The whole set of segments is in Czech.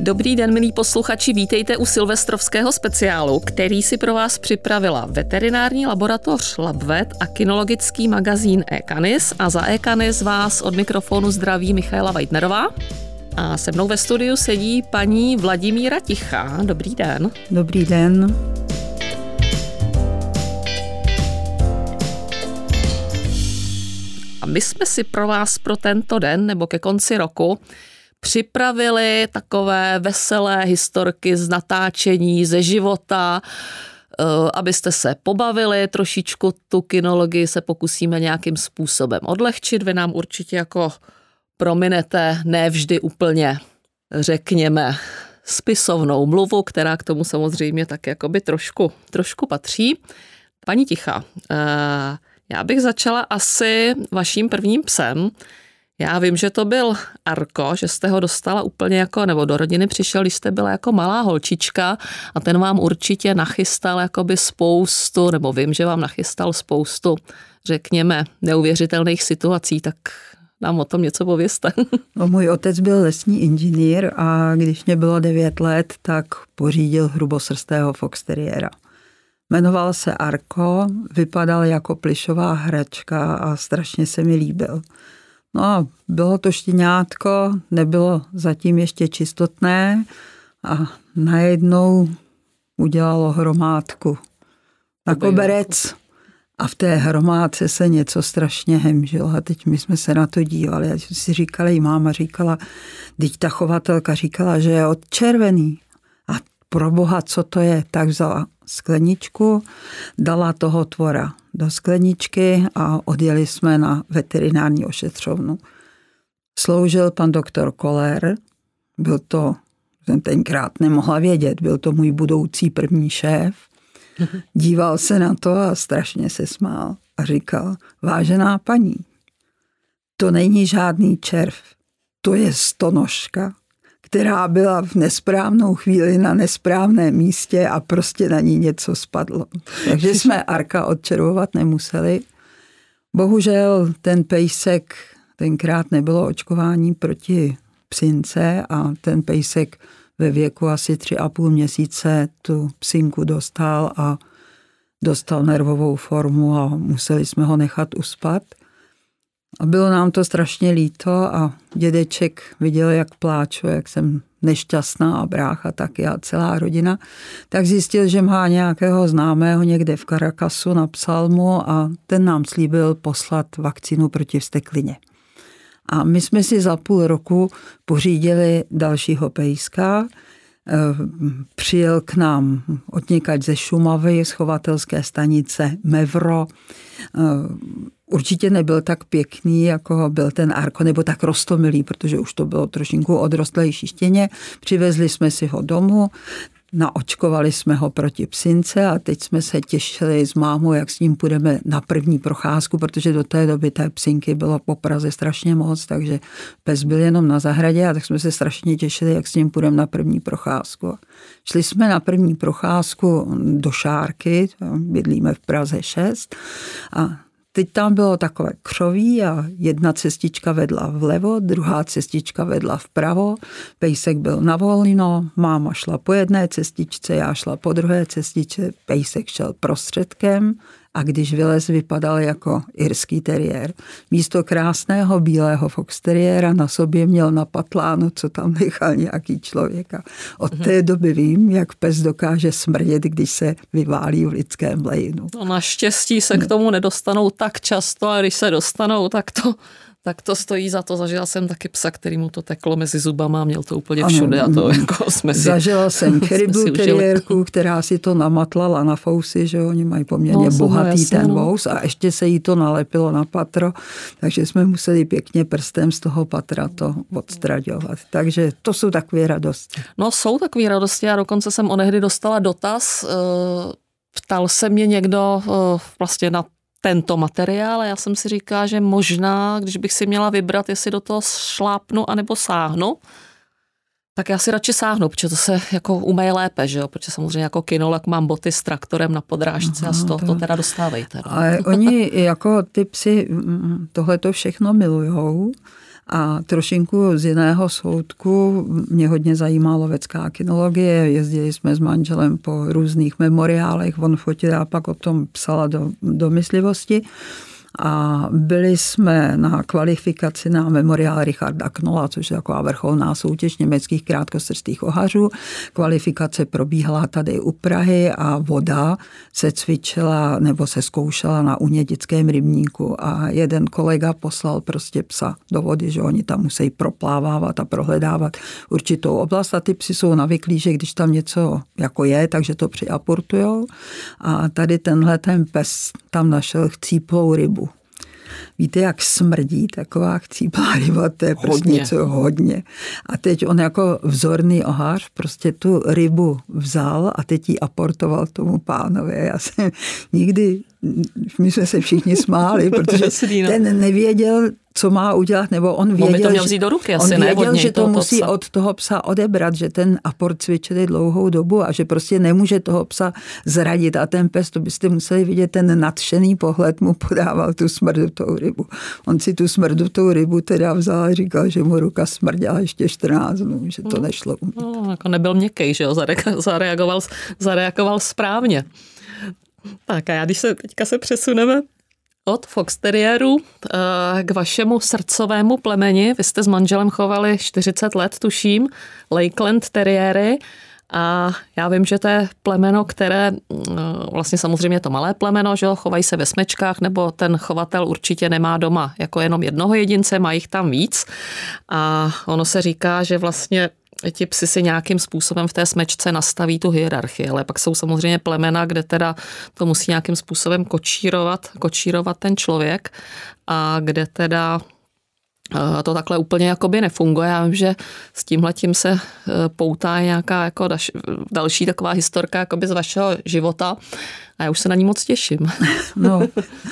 Dobrý den, milí posluchači, vítejte u silvestrovského speciálu, který si pro vás připravila veterinární laboratoř LabVet a kynologický magazín eCanis. A za eCanis vás od mikrofonu zdraví Michaela Weidnerová. A se mnou ve studiu sedí paní Vladimíra Tichá. Dobrý den. Dobrý den. A my jsme si pro vás pro tento den nebo ke konci roku připravili takové veselé historky z natáčení, ze života, abyste se pobavili, trošičku tu kynologii se pokusíme nějakým způsobem odlehčit. Vy nám určitě jako prominete ne vždy úplně, řekněme, spisovnou mluvu, která k tomu samozřejmě tak jakoby trošku patří. Paní Tichá, já bych začala asi vaším prvním psem. Já vím, že to byl Arko, že jste ho dostala úplně jako, nebo do rodiny přišel, když jste byla jako malá holčička a ten vám určitě nachystal jakoby spoustu, nebo vím, že vám nachystal spoustu, řekněme, neuvěřitelných situací, tak nám o tom něco povězte. No, můj otec byl lesní inženýr a když mě bylo 9 let, tak pořídil hrubosrstého foxteriéra. Jmenoval se Arko, vypadal jako plyšová hračka a strašně se mi líbil. No a bylo to štěňátko, nebylo zatím ještě čistotné a najednou udělalo hromádku na koberec a v té hromádce se něco strašně hemžilo a teď my jsme se na to dívali a si říkali, máma říkala, teď ta chovatelka říkala, že je odčervený a pro boha, co to je, tak vzala skleničku, dala toho tvora do skleničky a odjeli jsme na veterinární ošetřovnu. Sloužil pan doktor Koller, byl to, jsem tenkrát nemohla vědět, byl to můj budoucí první šéf. Díval se na to a strašně se smál a říkal, vážená paní, to není žádný červ, to je stonožka, která byla v nesprávnou chvíli na nesprávném místě a prostě na ní něco spadlo. Takže jsme Arka odčervovat nemuseli. Bohužel ten pejsek, tenkrát nebylo očkování proti psince a ten pejsek ve věku asi 3,5 měsíce tu psinku dostal a dostal nervovou formu a museli jsme ho nechat uspat. A bylo nám to strašně líto a dědeček viděl, jak pláču, jak jsem nešťastná a brácha taky a celá rodina, tak zjistil, že má nějakého známého někde v Caracasu, napsal mu a ten nám slíbil poslat vakcínu proti vzteklině. A my jsme si za půl roku pořídili dalšího pejska, přijel k nám odněkať ze Šumavy, z chovatelské stanice Mevro. Určitě nebyl tak pěkný, jako byl ten Arko, nebo tak roztomilý, protože už to bylo trošinku odrostlejší štěně. Přivezli jsme si ho domů, naočkovali jsme ho proti psince a teď jsme se těšili s mámou, jak s ním půjdeme na první procházku, protože do té doby té psinky bylo po Praze strašně moc, takže pes byl jenom na zahradě a tak jsme se strašně těšili, jak s ním půjdeme na první procházku. Šli jsme na první procházku do Šárky, bydlíme v Praze 6 a teď tam bylo takové křoví a jedna cestička vedla vlevo, druhá cestička vedla vpravo, pejsek byl na volno, máma šla po jedné cestičce, já šla po druhé cestičce, pejsek šel prostředkem a když vylez, vypadal jako irský teriér. Místo krásného bílého foxteriéra na sobě měl na patlánu, co tam nechal nějaký člověk. A od té doby vím, jak pes dokáže smrdět, když se vyválí v lidském mlejnu. No naštěstí se k tomu nedostanou tak často a když se dostanou, tak to stojí za to. Zažila jsem taky psa, který mu to teklo mezi zubama a měl to úplně všude. A to jako jsme si, zažila jsem Caribou teriérku, která si to namatlala na fousy, že oni mají poměrně bohatý ten vous a ještě se jí to nalepilo na patro, takže jsme museli pěkně prstem z toho patra to odstraďovat. Takže to jsou takové radosti. No jsou takové radosti a dokonce jsem onehdy dostala dotaz, ptal se mě někdo vlastně na tento materiál a já jsem si říkala, že možná, když bych si měla vybrat, jestli do toho šlápnu anebo sáhnu, tak já si radši sáhnu, protože to se jako umeje lépe, že jo? Protože samozřejmě jako kynolog mám boty s traktorem na podrážce a z toho to teda dostávejte. No. Ale oni jako ty psi tohleto všechno milujou A trošinku z jiného soudku mě hodně zajímá lovecká kynologie. Jezdili jsme s manželem po různých memoriálech, on fotil a pak o tom psala do myslivosti. A byli jsme na kvalifikaci na memoriál Richarda Knolla, což je taková vrcholná soutěž německých krátkosrstých ohařů. Kvalifikace probíhala tady u Prahy a voda se cvičila nebo se zkoušela na Unědickém rybníku a jeden kolega poslal prostě psa do vody, že oni tam musí proplávávat a prohledávat určitou oblast a ty psi jsou navyklí, že když tam něco jako je, takže to přiaportujou. A tady tenhle ten pes tam našel chcíplou rybu. Víte, jak smrdí taková chcíplá ryba, to je prostě něco hodně. A teď on jako vzorný ohář prostě tu rybu vzal a teď ji aportoval tomu pánovi. Já jsem nikdy, my jsme se všichni smáli, protože ten nevěděl, co má udělat, nebo on věděl, to měl vzít do ruky, asi, on věděl, že to musí psa od toho psa odebrat, že ten aport cvičili dlouhou dobu a že prostě nemůže toho psa zradit a ten pes, to byste museli vidět, ten nadšený pohled mu podával tu smrdutou rybu. On si tu smrdutou rybu teda vzal a říkal, že mu ruka smrděla ještě 14 dnů, že to nešlo umít. No, jako nebyl měkkej, že jo, zareagoval správně. Tak a když teďka se přesuneme od fox terriéru k vašemu srdcovému plemeni. Vy jste s manželem chovali 40 let, tuším, Lakeland teriéry. A já vím, že to je plemeno, které, vlastně samozřejmě to malé plemeno, že jo, chovají se ve smečkách, nebo ten chovatel určitě nemá doma jako jenom jednoho jedince, má jich tam víc. A ono se říká, že vlastně ti psi si nějakým způsobem v té smečce nastaví tu hierarchii, ale pak jsou samozřejmě plemena, kde teda to musí nějakým způsobem kočírovat ten člověk a kde teda to takhle úplně jakoby nefunguje. Já vím, že s tímhletím se poutá nějaká jako další taková historka jakoby z vašeho života a já už se na ní moc těším. No,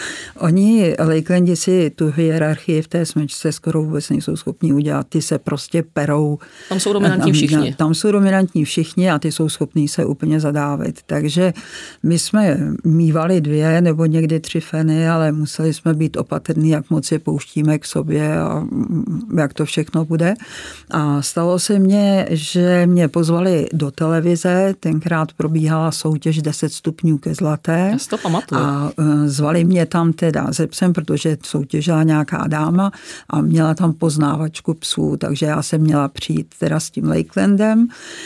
oni, Lakelandi, si tu hierarchii v té smečce skoro vůbec nejsou schopni udělat. Ty se prostě perou. Tam jsou dominantní všichni. Tam jsou dominantní všichni a ty jsou schopní se úplně zadávit. Takže my jsme mívali 2 nebo někdy 3 feny, ale museli jsme být opatrní, jak moc je pouštíme k sobě a jak to všechno bude. A stalo se mně, že mě pozvali do televize, tenkrát probíhala soutěž 10 stupňů ke zlaté. Já si to pamatuju. A zvali mě tam teda ze psem, protože soutěžila nějaká dáma a měla tam poznávačku psů, takže já jsem měla přijít teda s tím Lakelandem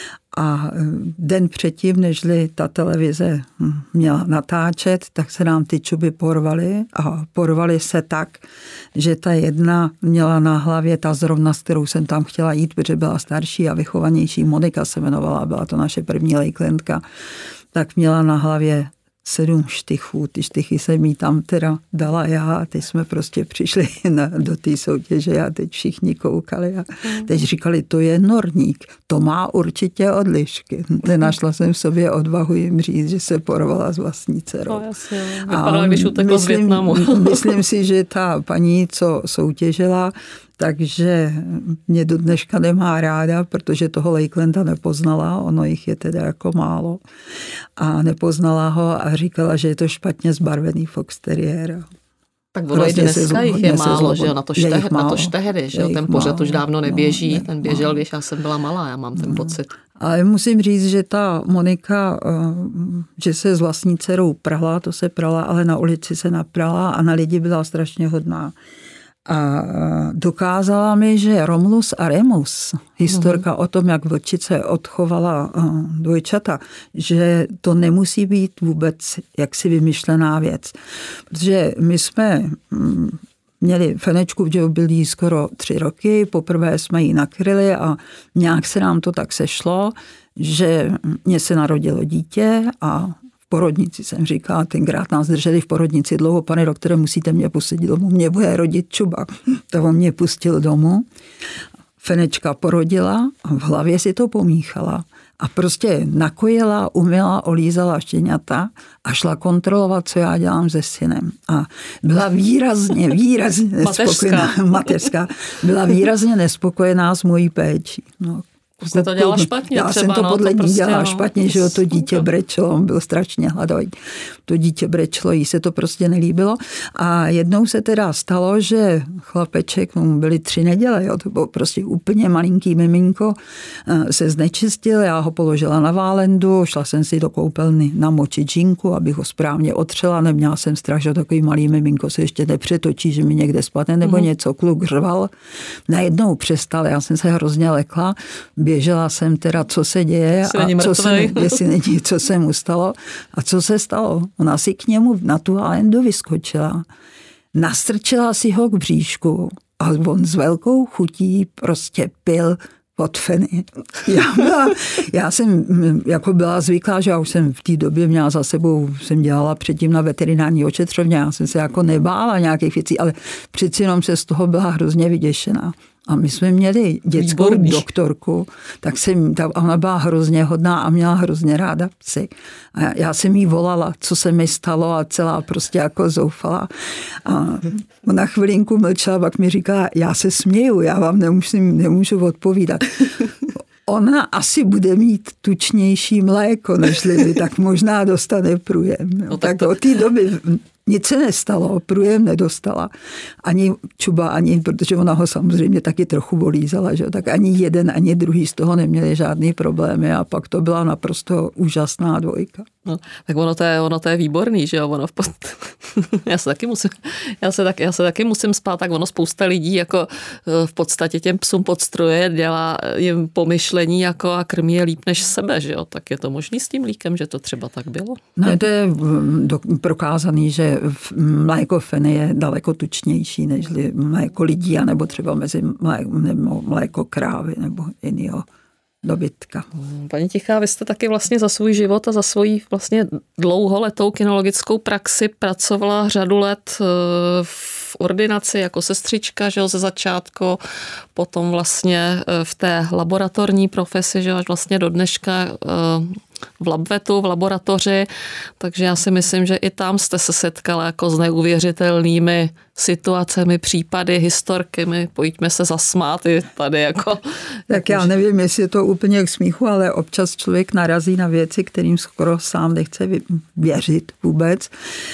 a den předtím, nežli ta televize měla natáčet, tak se nám ty čuby porvaly a porvaly se tak, že ta jedna měla na hlavě, ta zrovna, s kterou jsem tam chtěla jít, protože byla starší a vychovanější, Monika se jmenovala, byla to naše první Lakelandka, tak měla na hlavě 7 štychů. Ty štychy jsem jí tam teda dala já a teď jsme prostě přišli do té soutěže a teď všichni koukali a teď říkali, to je norník, to má určitě odlišky. Nenašla jsem v sobě odvahu jim říct, že se porvala s vlastní dcerou. Vypadala, když utekla z Vietnamu. Myslím si, že ta paní, co soutěžila, takže mě do dneška nemá ráda, protože toho Lakelanda nepoznala, ono jich je teda jako málo. A nepoznala ho a říkala, že je to špatně zbarvený fox terriér. Tak ono i dneska jich je málo, že jo, na to tehdy, že jo, ten pořad už dávno neběží, ten běžel, když já jsem byla malá, já mám ten pocit. Ale musím říct, že ta Monika, že se s vlastní dcerou prala, to se prala, ale na ulici se naprala a na lidi byla strašně hodná. A dokázala mi, že Romulus a Remus, historka o tom, jak vlčice odchovala dvojčata, že to nemusí být vůbec jaksi vymyšlená věc. Protože my jsme měli fenečku, že byl jí skoro 3 roky, poprvé jsme ji nakryli a nějak se nám to tak sešlo, že mně se narodilo dítě a porodnici jsem říkala, tenkrát nás drželi v porodnici dlouho, pane doktore, musíte mě pustit domů, mě bude rodit čuba. To on mě pustil domů. Fenečka porodila a v hlavě si to pomíchala. A prostě nakojila, umyla, olízala štěňata a šla kontrolovat, co já dělám se synem. A byla výrazně nespokojená. Mateřská. Byla výrazně nespokojená s mojí péčí. No. Jste to dělala špatně já třeba, jsem to podle ní dělala prostě, špatně, že jo, to dítě brečelo, on byl strašně hladový. To dítě brečelo, jí se to prostě nelíbilo. A jednou se teda stalo, že chlapeček, mu byly 3 neděle, jo, to bylo prostě úplně malinký miminko, se znečistil, já ho položila na válendu, šla jsem si do koupelny namočit džinku, abych ho správně otřela, neměla jsem strach, že takový malý miminko se ještě nepřetočí, že mi někde spadne nebo něco, kluk řval. Najednou přestal, já jsem se hrozně lekla, běžela jsem teda, co se děje jestli není, co se mu stalo. A co se stalo? Ona si k němu na tu válendu vyskočila, nastrčila si ho k bříšku a on s velkou chutí prostě pil od feny. Já jsem jako byla zvyklá, že já už jsem v té době měla za sebou, jsem dělala předtím na veterinární ošetřovně, já jsem se jako nebála nějakých věcí, ale přeci jenom se z toho byla hrozně vyděšená. A my jsme měli dětskou doktorku, tak ona byla hrozně hodná a měla hrozně ráda psy. A já jsem jí volala, co se mi stalo a celá prostě jako zoufala. A ona chvilinku mlčela, pak mi říká, já se směju, já vám nemůžu odpovídat. Ona asi bude mít tučnější mléko než lidi, tak možná dostane průjem. No, tak od té doby nic se nestalo, průjem nedostala. Ani čuba, protože ona ho samozřejmě taky trochu volízala, že? Tak ani jeden, ani druhý z toho neměli žádný problémy a pak to byla naprosto úžasná dvojka. No, tak ono to je výborný, že jo, já se taky musím spát, tak ono spousta lidí jako v podstatě těm psům podstruje, dělá jim pomyšlení jako a krmí je líp než sebe, že jo, tak je to možný s tím mlíkem, že to třeba tak bylo? No, to je prokázaný, že mléko feny je daleko tučnější než mléko lidí, anebo třeba mléko krávy nebo jiného dobytka. Paní Tichá, vy jste taky vlastně za svůj život a za svoji vlastně dlouholetou kynologickou praxi pracovala řadu let v ordinaci jako sestřička, že jo, ze začátku, potom vlastně v té laboratorní profesi, že jo, až vlastně do dneška v labvetu, v laboratoři, takže já si myslím, že i tam jste se setkala jako s neuvěřitelnými situacemi, případy, historkami, pojďme se zasmát i tady jako. Tak já nevím, jestli je to úplně k smíchu, ale občas člověk narazí na věci, kterým skoro sám nechce věřit vůbec.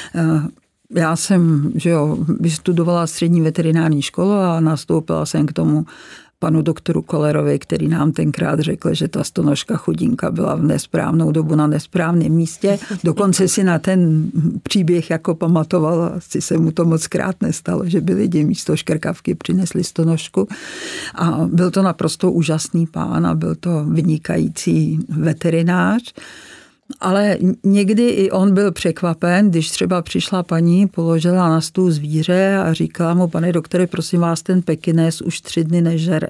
Já jsem, že jo, vystudovala střední veterinární školu a nastoupila jsem k tomu panu doktoru Kolerovi, který nám tenkrát řekl, že ta stonožka chudinka byla v nesprávnou dobu na nesprávném místě. Dokonce si na ten příběh jako pamatoval, asi se mu to moc krát nestalo, že by lidi místo škrkavky přinesli stonožku. A byl to naprosto úžasný pán a byl to vynikající veterinář. Ale někdy i on byl překvapen, když třeba přišla paní, položila na stůl zvíře a říkala mu, pane doktore, prosím vás, ten pekinés už 3 dny nežere.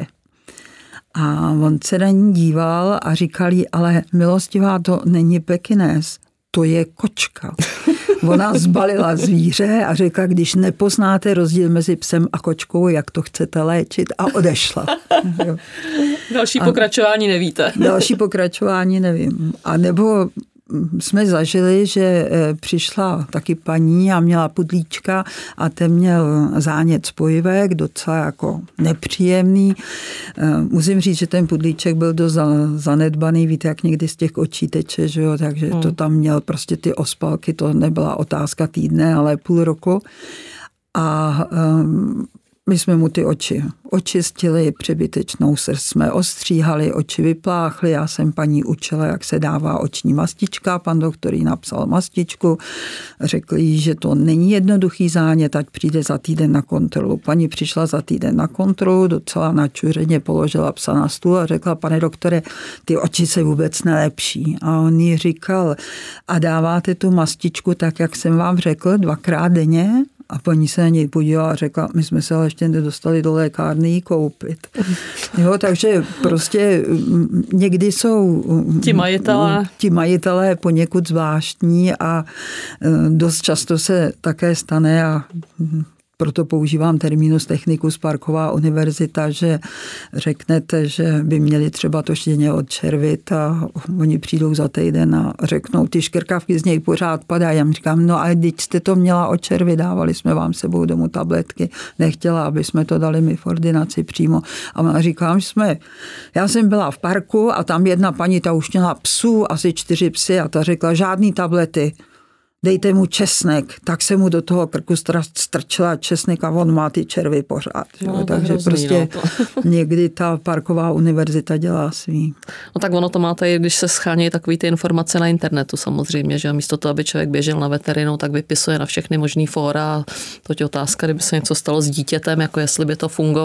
A on se na ní díval a říkal jí, ale milostivá, to není pekinés, to je kočka. Ona zbalila zvíře a řekla, když nepoznáte rozdíl mezi psem a kočkou, jak to chcete léčit, a odešla. Další pokračování nevíte. Další pokračování nevím. A nebo jsme zažili, že přišla taky paní a měla pudlíčka a ten měl zánět spojivek, docela jako nepříjemný. Musím říct, že ten pudlíček byl dost zanedbaný, víte, jak někdy z těch očí teče, že jo, takže to tam měl prostě ty ospalky, to nebyla otázka týdne, ale půl roku. A my jsme mu ty oči očistili, přebytečnou srst jsme ostříhali, oči vypláchli, já jsem paní učila, jak se dává oční mastička, pan doktor jí napsal mastičku, řekl jí, že to není jednoduchý zánět, ať přijde za týden na kontrolu. Paní přišla za týden na kontrolu, docela načuřeně položila psa na stůl a řekla, pane doktore, ty oči se vůbec nelepší. A on jí říkal, a dáváte tu mastičku tak, jak jsem vám řekl, 2krát denně? A paní se na něj podívala a řekla, my jsme se ale ještě nedostali do lékárny ji koupit. Jo, takže prostě někdy jsou ti majitelé poněkud zvláštní a dost často se také stane a proto používám terminus technicus parková univerzita, že řeknete, že by měli třeba to štěně odčervit a oni přijdou za týden a řeknou, ty škrkavky z něj pořád padají. Já jim říkám, no a když jste to měla odčervit, dávali jsme vám sebou domů tabletky, nechtěla, aby jsme to dali my v ordinaci přímo. A ona říká, já jsem byla v parku a tam jedna paní, ta už měla psů, asi 4 psy a ta řekla, žádný tablety. Dejte mu česnek, tak se mu do toho krku strčila česnek a on má ty červy pořád. No, takže hrozný, prostě no, někdy ta parková univerzita dělá svý. No tak ono to máte, když se schánějí takový ty informace na internetu samozřejmě, že místo toho, aby člověk běžel na veterinu, tak vypisuje na všechny možný fóra. To je otázka, kdyby se něco stalo s dítětem, jako jestli by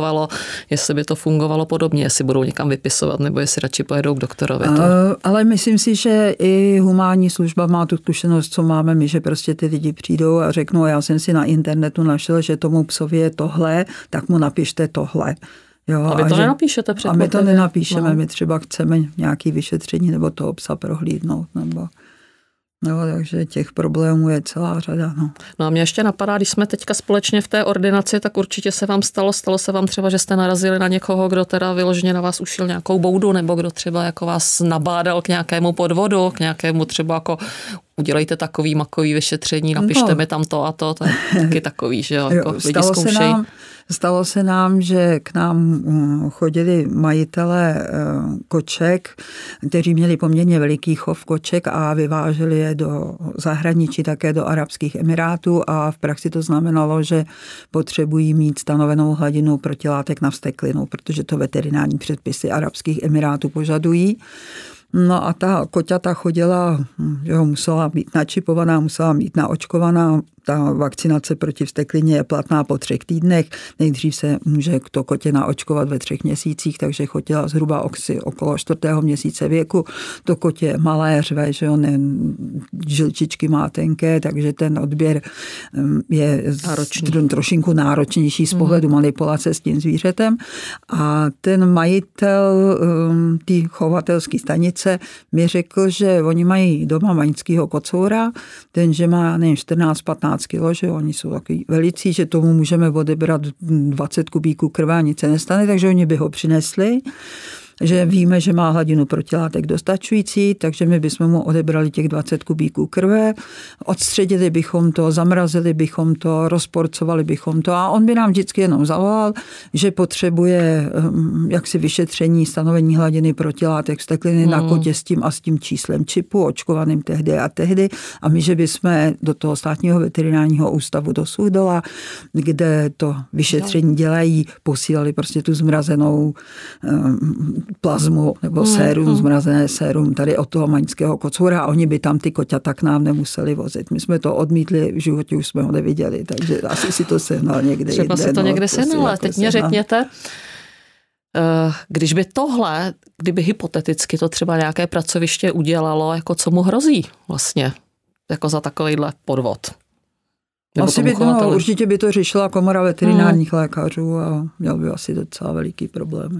to fungovalo podobně, jestli budou někam vypisovat, nebo jestli radši pojedou k doktorovi. Ale myslím si, že i humánní služba má tu zkušenost, co máme my, že prostě ty lidi přijdou a řeknou, já jsem si na internetu našel, že tomu psovi je tohle, tak mu napište tohle. Jo, a vy to nenapíšete před. A my to nenapíšeme, no. My třeba chceme nějaké vyšetření nebo toho psa prohlídnout, nebo... No, takže těch problémů je celá řada. No a mě ještě napadá, když jsme teďka společně v té ordinaci, tak určitě se vám stalo se vám třeba, že jste narazili na někoho, kdo teda vyloženě na vás ušil nějakou boudu, nebo kdo třeba jako vás nabádal k nějakému podvodu, k nějakému třeba jako udělejte takový makový vyšetření, napište mi tam to a to je taky takový, že jo, jako lidi zkoušejí. Stalo se nám, že k nám chodili majitelé koček, kteří měli poměrně veliký chov koček a vyváželi je do zahraničí, také do Arabských Emirátů a v praxi to znamenalo, že potřebují mít stanovenou hladinu protilátek na vzteklinu, protože to veterinární předpisy Arabských Emirátů požadují. No a ta koťata chodila, musela být načipovaná, musela být naočkovaná. Ta vakcinace proti vzteklině je platná po 3 týdnech. Nejdřív se může to kotě naočkovat ve 3 měsících, takže chodila zhruba okolo 4. měsíce věku. To kotě je malé, řve, že žilčičky má tenké, takže ten odběr je trošinku náročnější z pohledu manipulace s tím zvířetem. A ten majitel té chovatelské stanice mi řekl, že oni mají doma maňského kocoura, ten, že má 14-15 kilo, že oni jsou takový velicí, že tomu můžeme odebrat 20 kubíků krve a nic se nestane, takže oni by ho přinesli. Že víme, že má hladinu protilátek dostačující, takže my bychom mu odebrali těch 20 kubíků krve, odstředili bychom to, zamrazili bychom to, rozporcovali bychom to a on by nám vždycky jenom zavolal, že potřebuje jaksi vyšetření, stanovení hladiny protilátek vztekliny na kotě s tím a s tím číslem čipu, očkovaným tehdy a tehdy a my, že bychom do toho státního veterinárního ústavu do Suchdola, kde to vyšetření dělají, posílali prostě tu zmrazenou plazmu nebo sérum, zmrazené sérum tady od toho maňského kocoura a oni by tam ty koťata k nám nemuseli vozit. My jsme to odmítli, v životě už jsme ho neviděli, takže asi si to sehnal někde. Třeba si to někde sehnal, ale teď mě řekněte, kdyby hypoteticky to třeba nějaké pracoviště udělalo, jako co mu hrozí vlastně, jako za takovejhle podvod? Asi určitě by to řešila komora veterinárních lékařů a měl by asi docela veliký problémy.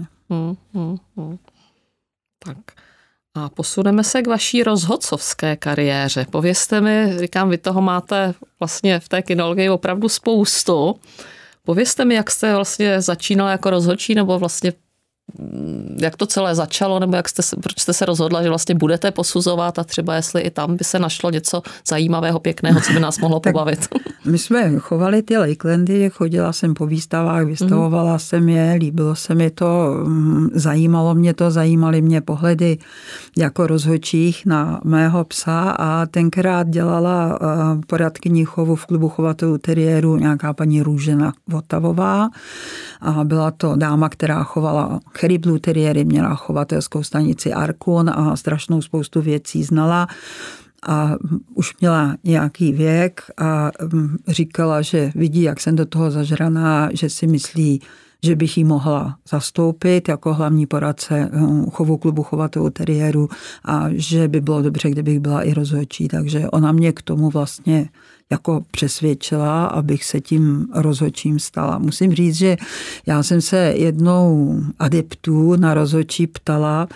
Tak a posuneme se k vaší rozhodcovské kariéře. Povězte mi, říkám, vy toho máte vlastně v té kynologii opravdu spoustu. Povězte mi, jak jste vlastně začínala jako rozhodčí, nebo vlastně jak to celé začalo, nebo proč jste se rozhodla, že vlastně budete posuzovat a třeba jestli i tam by se našlo něco zajímavého, pěkného, co by nás mohlo pobavit. My jsme chovali ty Lakelandy, chodila jsem po výstavách, vystavovala jsem je, líbilo se mi to, zajímaly mě pohledy jako rozhodčích na mého psa a tenkrát dělala poradkyní chovu v klubu chovatelů teriérů nějaká paní Růžena Votavová a byla to dáma, která chovala Cherry Blue teriéry, měla chovatelskou stanici Arkun a strašnou spoustu věcí znala. A už měla nějaký věk a říkala, že vidí, jak jsem do toho zažraná, že si myslí, že bych jí mohla zastoupit jako hlavní poradce chovu klubu chovatelů teriérů a že by bylo dobře, kdybych byla i rozhodčí. Takže ona mě k tomu vlastně jako přesvědčila, abych se tím rozhodčím stala. Musím říct, že já jsem se jednou adeptů na rozhodčí ptala,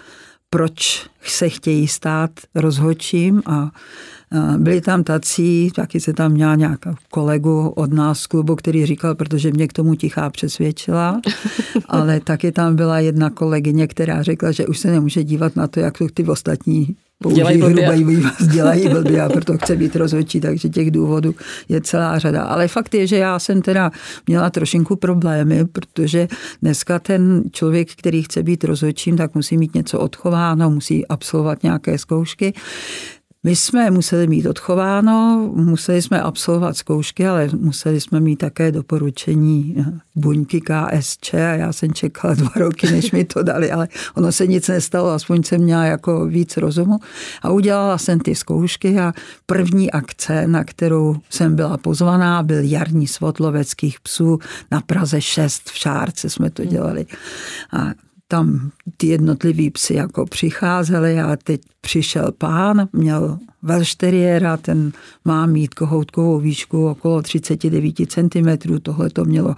proč se chtějí stát rozhodčím a byli tam tací, taky se tam měla nějaká kolegu od nás z klubu, který říkal, protože mě k tomu tichá přesvědčila, ale taky tam byla jedna kolegyně, která řekla, že už se nemůže dívat na to, jak to ty ostatní použijí hrubý vývaz, dělají blbě a proto chce být rozhodčí, takže těch důvodů je celá řada. Ale fakt je, že já jsem teda měla trošinku problémy, protože dneska ten člověk, který chce být rozhodčím, tak musí mít něco odchováno, musí absolvovat nějaké zkoušky. My jsme museli mít odchováno, museli jsme absolvovat zkoušky, ale museli jsme mít také doporučení buňky KSČ a já jsem čekala 2 roky, než mi to dali, ale ono se nic nestalo, aspoň jsem měla jako víc rozumu a udělala jsem ty zkoušky a první akce, na kterou jsem byla pozvaná, byl jarní svod loveckých psů na Praze 6 v Šárce jsme to dělali. A tam ty jednotlivý psy jako přicházeli a teď přišel pán, měl velšteriéra, ten má mít kohoutkovou výšku okolo 39 cm, tohle to mělo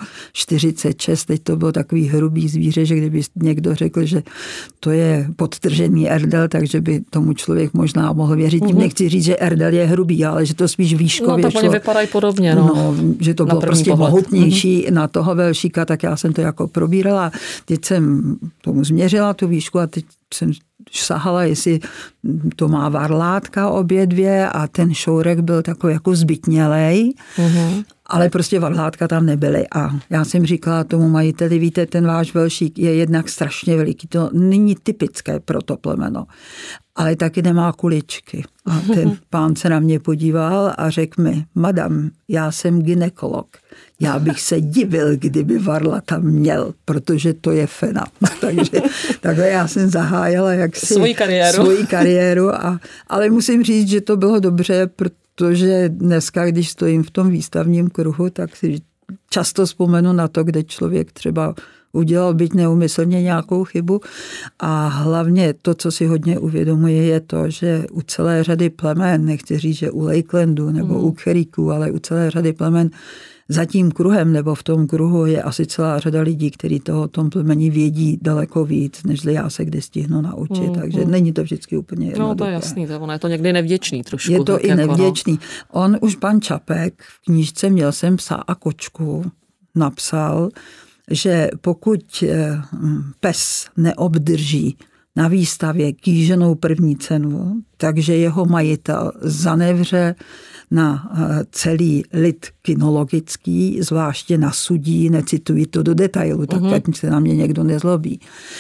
46, teď to bylo takový hrubý zvíře, že kdyby někdo řekl, že to je podtržený erdel, takže by tomu člověk možná mohl věřit. Tím nechci říct, že erdel je hrubý, ale že to spíš výškově tak oni vypadají podobně. No, že to bylo prostě mohutnější na toho velšíka, tak já jsem to jako probírala. Teď jsem tomu změřila tu výšku a teď jsem sahala, jestli to má varlátka obě dvě a ten šourek byl takový jako zbytnělej, ale prostě varlátka tam nebyly. A já jsem říkala tomu majiteli, víte, ten váš velšík je jednak strašně veliký, to není typické pro to plemeno, ale taky nemá kuličky. A ten pán se na mě podíval a řekl mi, madam, já jsem gynekolog. Já bych se divil, kdyby varla tam měl, protože to je fena. Takže takhle já jsem zahájila jaksi svoji kariéru. Ale musím říct, že to bylo dobře, protože dneska, když stojím v tom výstavním kruhu, tak si často vzpomenu na to, kde člověk třeba udělal byť neumyslně nějakou chybu a hlavně to, co si hodně uvědomuje, je to, že u celé řady plemen, nechci říct, že u Lakelandu nebo u Keriků, ale u celé řady plemen za tím kruhem nebo v tom kruhu je asi celá řada lidí, kteří toho tom plemeni vědí daleko víc, než já se kde stihnu naučit. Takže není to vždycky úplně jednoduché. No to je jasný, ono je to někdy nevděčný trošku. Je to i nevděčný. On už pan Čapek v knížce Měl jsem psa a kočku napsal, že pokud pes neobdrží na výstavě kýženou první cenu, takže jeho majitel zanevře na celý lid kynologický, zvláště na sudí, necituji to do detailu, tak ať se na mě někdo nezlobí.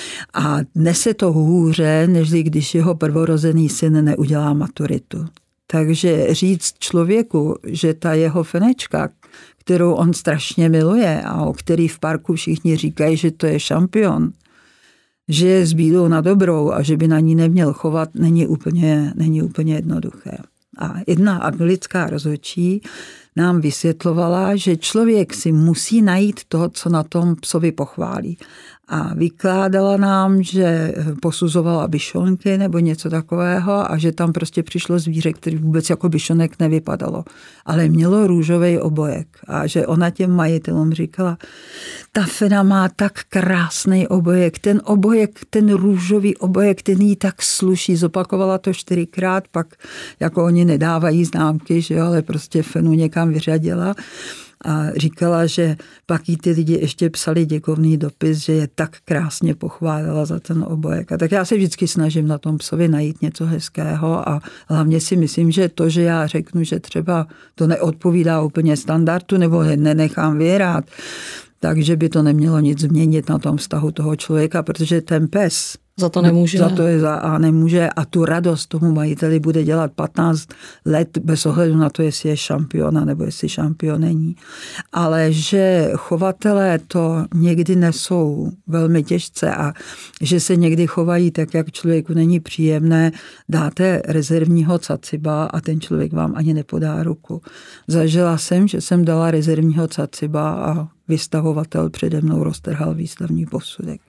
A nese to hůře, než když jeho prvorozený syn neudělá maturitu. Takže říct člověku, že ta jeho fenečka, kterou on strašně miluje a o který v parku všichni říkají, že to je šampion, že je s bídou na dobrou a že by na ní neměl chovat, není úplně jednoduché. A jedna anglická rozhodčí nám vysvětlovala, že člověk si musí najít to, co na tom psovi pochválí. A vykládala nám, že posuzovala bišonky nebo něco takového a že tam prostě přišlo zvíře, který vůbec jako bišonek nevypadalo. Ale mělo růžový obojek. A že ona těm majitelům říkala, ta fena má tak krásný obojek, ten růžový obojek, ten jí tak sluší. Zopakovala to 4krát, pak jako oni nedávají známky, že jo, ale prostě fenu někam vyřadila. A říkala, že pak jí ty lidi ještě psali děkovný dopis, že je tak krásně pochválila za ten obojek. A tak já se vždycky snažím na tom psovi najít něco hezkého a hlavně si myslím, že to, že já řeknu, že třeba to neodpovídá úplně standardu nebo nenechám vyhrát, takže by to nemělo nic změnit na tom vztahu toho člověka, protože ten pes za to nemůže. Za to nemůže a tu radost tomu majiteli bude dělat 15 let bez ohledu na to, jestli je šampiona nebo jestli šampion není. Ale že chovatelé to někdy nesou velmi těžce a že se někdy chovají tak, jak člověku není příjemné, dáte rezervního caciba a ten člověk vám ani nepodá ruku. Zažila jsem, že jsem dala rezervního caciba a vystavovatel přede mnou roztrhal výstavní posudek.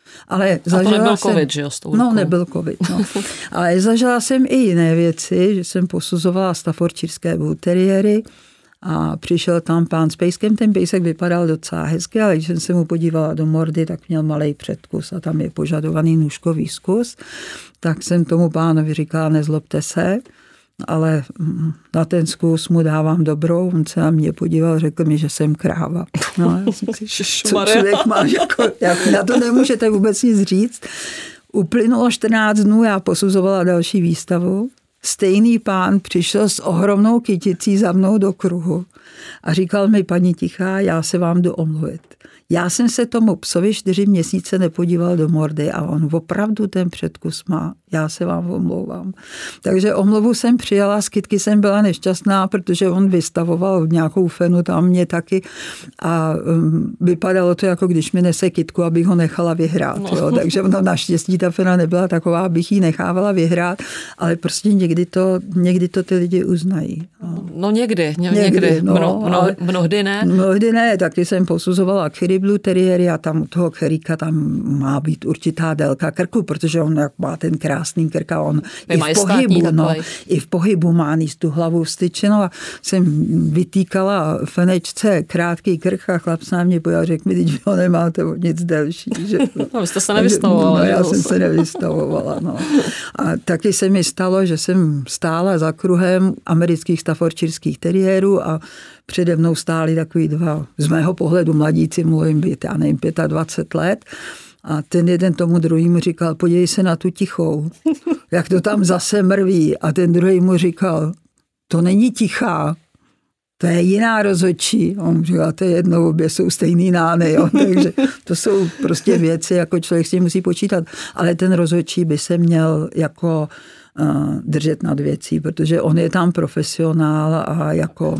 Ale a to nebyl covid, že jo, s tou rukou? No, nebyl covid, no. Ale zažila jsem i jiné věci, že jsem posuzovala staffordshirské bull teriéry A přišel tam pán s pejskem, ten pejsek vypadal docela hezky, ale když jsem se mu podívala do mordy, tak měl malej předkus a tam je požadovaný nůžkový zkus. Tak jsem tomu pánovi říkala, nezlobte se, ale na ten zkus mu dávám dobrou. On se na mě podíval, řekl mi, že jsem kráva. No, co člověk má, jako na to nemůžete vůbec nic říct. Uplynulo 14 dnů, já posuzovala další výstavu. Stejný pán přišel s ohromnou kyticí za mnou do kruhu a říkal mi, paní Tichá, já se vám jdu omluvit. Já jsem se tomu psovi 4 měsíce nepodíval do mordy a on opravdu ten předkus má. Já se vám omlouvám. Takže omluvu jsem přijala, z kytky jsem byla nešťastná, protože on vystavoval nějakou fenu tam mě taky a vypadalo to, jako když mi nese kytku, abych ho nechala vyhrát. No. Jo. Takže naštěstí ta fena nebyla taková, abych ji nechávala vyhrát, ale prostě někdy to ty lidi uznají. No někdy. Mnohdy ne. Mnohdy ne, taky jsem posuzovala Blue Terriery a tam u toho Keríka tam má být určitá délka krku, protože on má ten krásný krk a on i v pohybu má níst tu hlavu vstyčenou a jsem vytýkala fenečce krátký krk a chlap se na mě pojel, řekl mi, teď vy ho nemáte o nic delší. Že? No, vy jste se nevystavovala. No, já jsem se nevystavovala. No. A taky se mi stalo, že jsem stála za kruhem amerických staffordshireských teriérů a přede mnou stáli takový 2, z mého pohledu mladíci, mluvím být, já nevím, 25 let. A ten jeden tomu druhému říkal, podívej se na tu Tichou, jak to tam zase mrví. A ten druhý mu říkal, to není Tichá, to je jiná rozhodčí. A on říkal, to je jedno, obě jsou stejný nány. Jo. Takže to jsou prostě věci, jako člověk si musí počítat. Ale ten rozhodčí by se měl jako držet nad věcí, protože on je tam profesionál a jako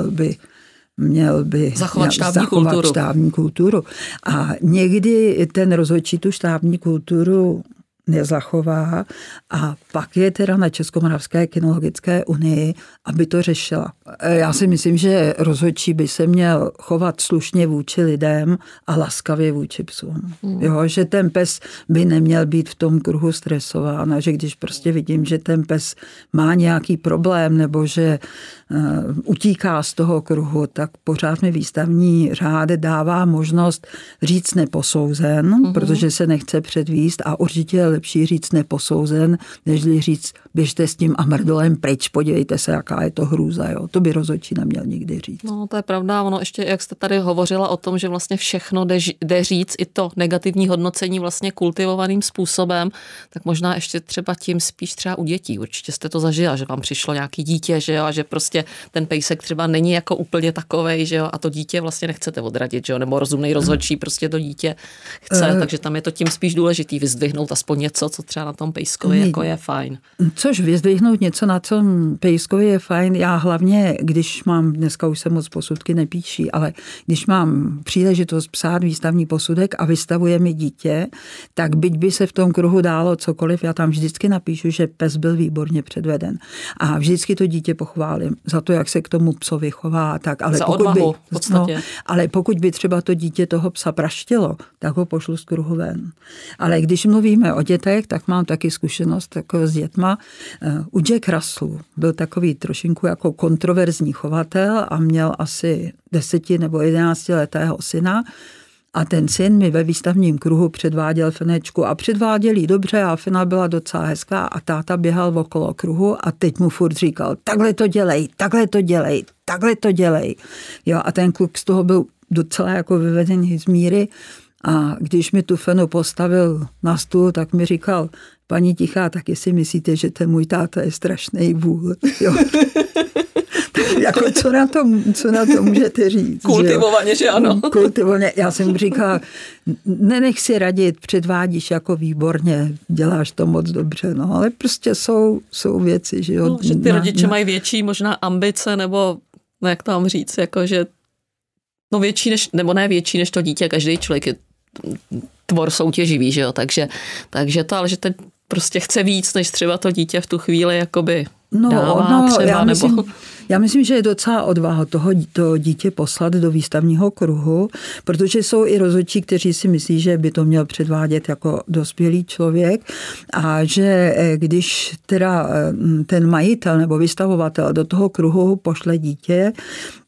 měl by zachovat štábní kulturu. A někdy ten rozhodčí tu štábní kulturu nezachová a pak je teda na Českomoravské kinologické unii, aby to řešila. Já si myslím, že rozhodčí by se měl chovat slušně vůči lidem a laskavě vůči psům. Jo, že ten pes by neměl být v tom kruhu stresován a že když prostě vidím, že ten pes má nějaký problém nebo že utíká z toho kruhu, tak pořád mi výstavní řád dává možnost říct neposouzen, protože se nechce předvíst a určitě je lepší říct neposouzen, nežli říct běžte s tím amrdolem pryč, podívejte se, jaká je to hrůza. Jo. To by rozhodčí neměl nikdy říct. No, to je pravda. Ono ještě, jak jste tady hovořila o tom, že vlastně všechno jde říct, i to negativní hodnocení vlastně kultivovaným způsobem, tak možná ještě třeba tím spíš třeba u dětí. Určitě jste to zažila, že vám přišlo nějaký dítě, že jo, a že prostě ten pejsek třeba není jako úplně takovej, že jo, a to dítě vlastně nechcete odradit, že jo, nebo rozumnej rozhodčí prostě to dítě chce, takže tam je to tím spíš důležitý vyzdvihnout aspoň něco, co třeba na tom pejskovi jako je fajn. Což vyzdvihnout něco na tom pejskovi je fajn. Já hlavně, když mám, dneska už se moc posudky nepíší, ale když mám příležitost psát výstavní posudek a vystavuje mi dítě, tak byť by se v tom kruhu dálo cokoliv, já tam vždycky napíšu, že pes byl výborně předveden. A vždycky to dítě pochválím za to, jak se k tomu psovi chová. Tak, ale za odvahu v podstatě. No, ale pokud by třeba to dítě toho psa praštilo, tak ho pošlu z kruhu ven. Ale když mluvíme o dětech, tak mám taky zkušenost takové s dětma. U Jack Russellu byl takový trošinku jako kontroverzní chovatel a měl asi 10 nebo 11 letého syna. A ten syn mi ve výstavním kruhu předváděl fenečku a předváděl jí dobře a fena byla docela hezká a táta běhal okolo kruhu a teď mu furt říkal, takhle to dělej, takhle to dělej, takhle to dělej. Jo, a ten kluk z toho byl docela jako vyvedený z míry a když mi tu fenu postavil na stůl, tak mi říkal, paní Tichá, taky si myslíte, že ten můj táta je strašný vůl. Jo. Jako co na to můžete říct? Kultivovaně, že ano. Kultivovaně. Já jsem říkala, nenech si radit, předvádíš jako výborně, děláš to moc dobře, no, ale prostě jsou věci, že jo. No, že ty rodiče mají větší možná ambice, nebo no jak to mám říct, jako že no větší než, nebo ne větší než to dítě, každý člověk je tvor soutěživý, že jo, takže to, ale že ten prostě chce víc, než třeba to dítě v tu chvíli jakoby dává třeba, já myslím, že je docela odvaha to dítě poslat do výstavního kruhu, protože jsou i rozhodčí, kteří si myslí, že by to měl předvádět jako dospělý člověk a že když teda ten majitel nebo vystavovatel do toho kruhu pošle dítě,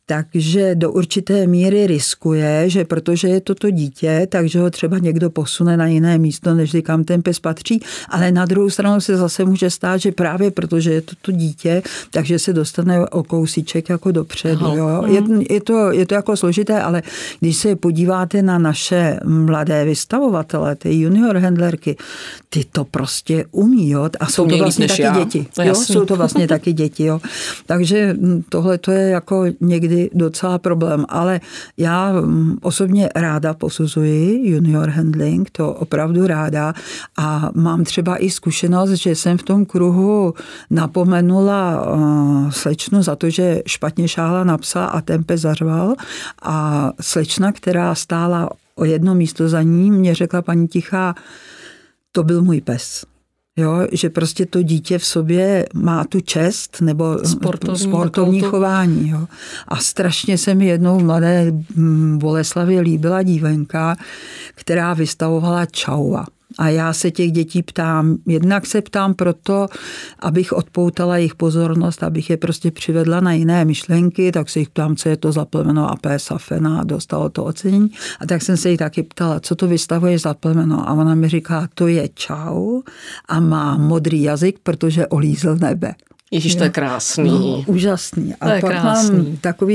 Takže do určité míry riskuje, že protože je to dítě, takže ho třeba někdo posune na jiné místo, než kam ten pes patří, ale na druhou stranu se zase může stát, že právě protože je to dítě, takže se dostane o kousíček jako dopředu. Jo? Je to jako složité, ale když se podíváte na naše mladé vystavovatele, ty junior handlerky, ty to prostě umí, jo? A jsou to vlastně taky děti. Jo? Jsou to vlastně taky děti. Jo? Takže tohle to je jako někdy docela problém, ale já osobně ráda posuzuji junior handling, to opravdu ráda a mám třeba i zkušenost, že jsem v tom kruhu napomenula slečnu za to, že špatně šáhla na psa a ten pes zařval a slečna, která stála o jedno místo za ní, mě řekla paní Tichá, to byl můj pes. Jo, že prostě to dítě v sobě má tu čest nebo sportovní chování. Jo. A strašně se mi jednou v mladé Boleslavě líbila dívenka, která vystavovala čauva. A já se těch dětí ptám, jednak se ptám proto, abych odpoutala jejich pozornost, abych je prostě přivedla na jiné myšlenky, tak se jich ptám, co je to za plemeno a P. Safena, dostalo to ocenění. A tak jsem se jí taky ptala, co to vystavuje za plemeno. A ona mi říká, to je čau a má modrý jazyk, protože olízl nebe. Ježíš, to je krásný. No, úžasný. A to je pak krásný. mám takový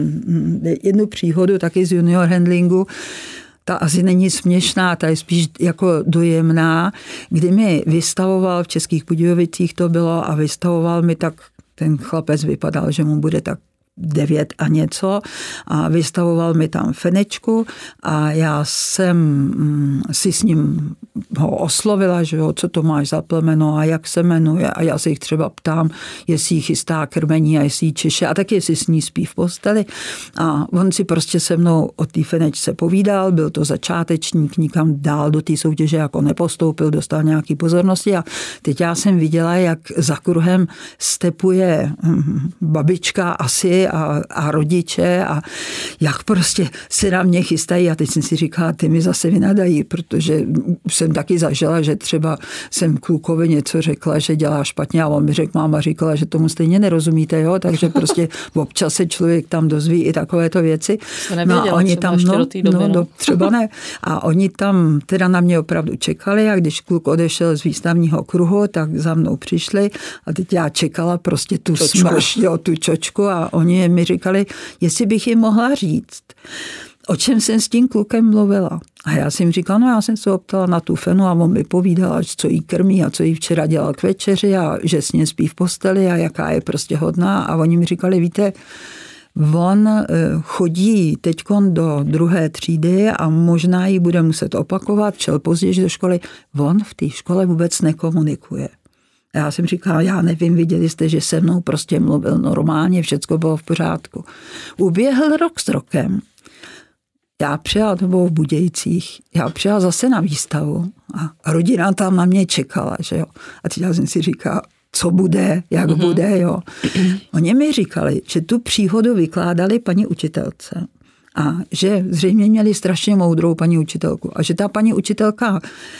jednu příhodu taky z junior handlingu. Ta asi není směšná, ta je spíš jako dojemná, kdy mi vystavoval v Českých Budějovicích to bylo a vystavoval mi tak, ten chlapec vypadal, že mu bude tak 9 a něco a vystavoval mi tam Fenečku a já jsem si s ním ho oslovila, že jo, co to máš za plemeno a jak se jmenuje a já se jich třeba ptám, jestli jí chystá krmení a jestli jí češe a taky jestli s ní spí v posteli a on si prostě se mnou o té Fenečce povídal, byl to začátečník, nikam dál do té soutěže jako nepostoupil, dostal nějaký pozornosti a teď já jsem viděla, jak za kruhem stepuje babička asi a rodiče a jak prostě se na mě chystají a teď jsem si říkala, ty mi zase vynadají, protože jsem taky zažila, že třeba jsem klukovi něco řekla, že dělá špatně a on mi řekl, máma říkala, že tomu stejně nerozumíte, jo, takže prostě občas se člověk tam dozví i takovéto věci. No a oni tam, třeba ne. A oni tam teda na mě opravdu čekali a když kluk odešel z výstavního kruhu, tak za mnou přišli a teď já čekala prostě tu smršť, tu čočku a oni mi říkali, jestli bych jim mohla říct, o čem jsem s tím klukem mluvila. A já jsem říkala, no já jsem se optala na tu Fenu a on mi povídala, co jí krmí a co jí včera dělal k večeři a že s ní spí v posteli a jaká je prostě hodná. A oni mi říkali, víte, on chodí teďkon do 2. třídy a možná ji bude muset opakovat, šel později do školy. On v té škole vůbec nekomunikuje. Já jsem říkala, já nevím, viděli jste, že se mnou prostě mluvil normálně, všecko bylo v pořádku. Uběhl rok s rokem. Já přijela, to bylo v Budějcích, já přijela zase na výstavu a rodina tam na mě čekala, že jo. A teď já jsem si říkala, co bude, jak bude, jo. Oni mi říkali, že tu příhodu vykládali paní učitelce. A že zřejmě měli strašně moudrou paní učitelku. A že ta paní učitelka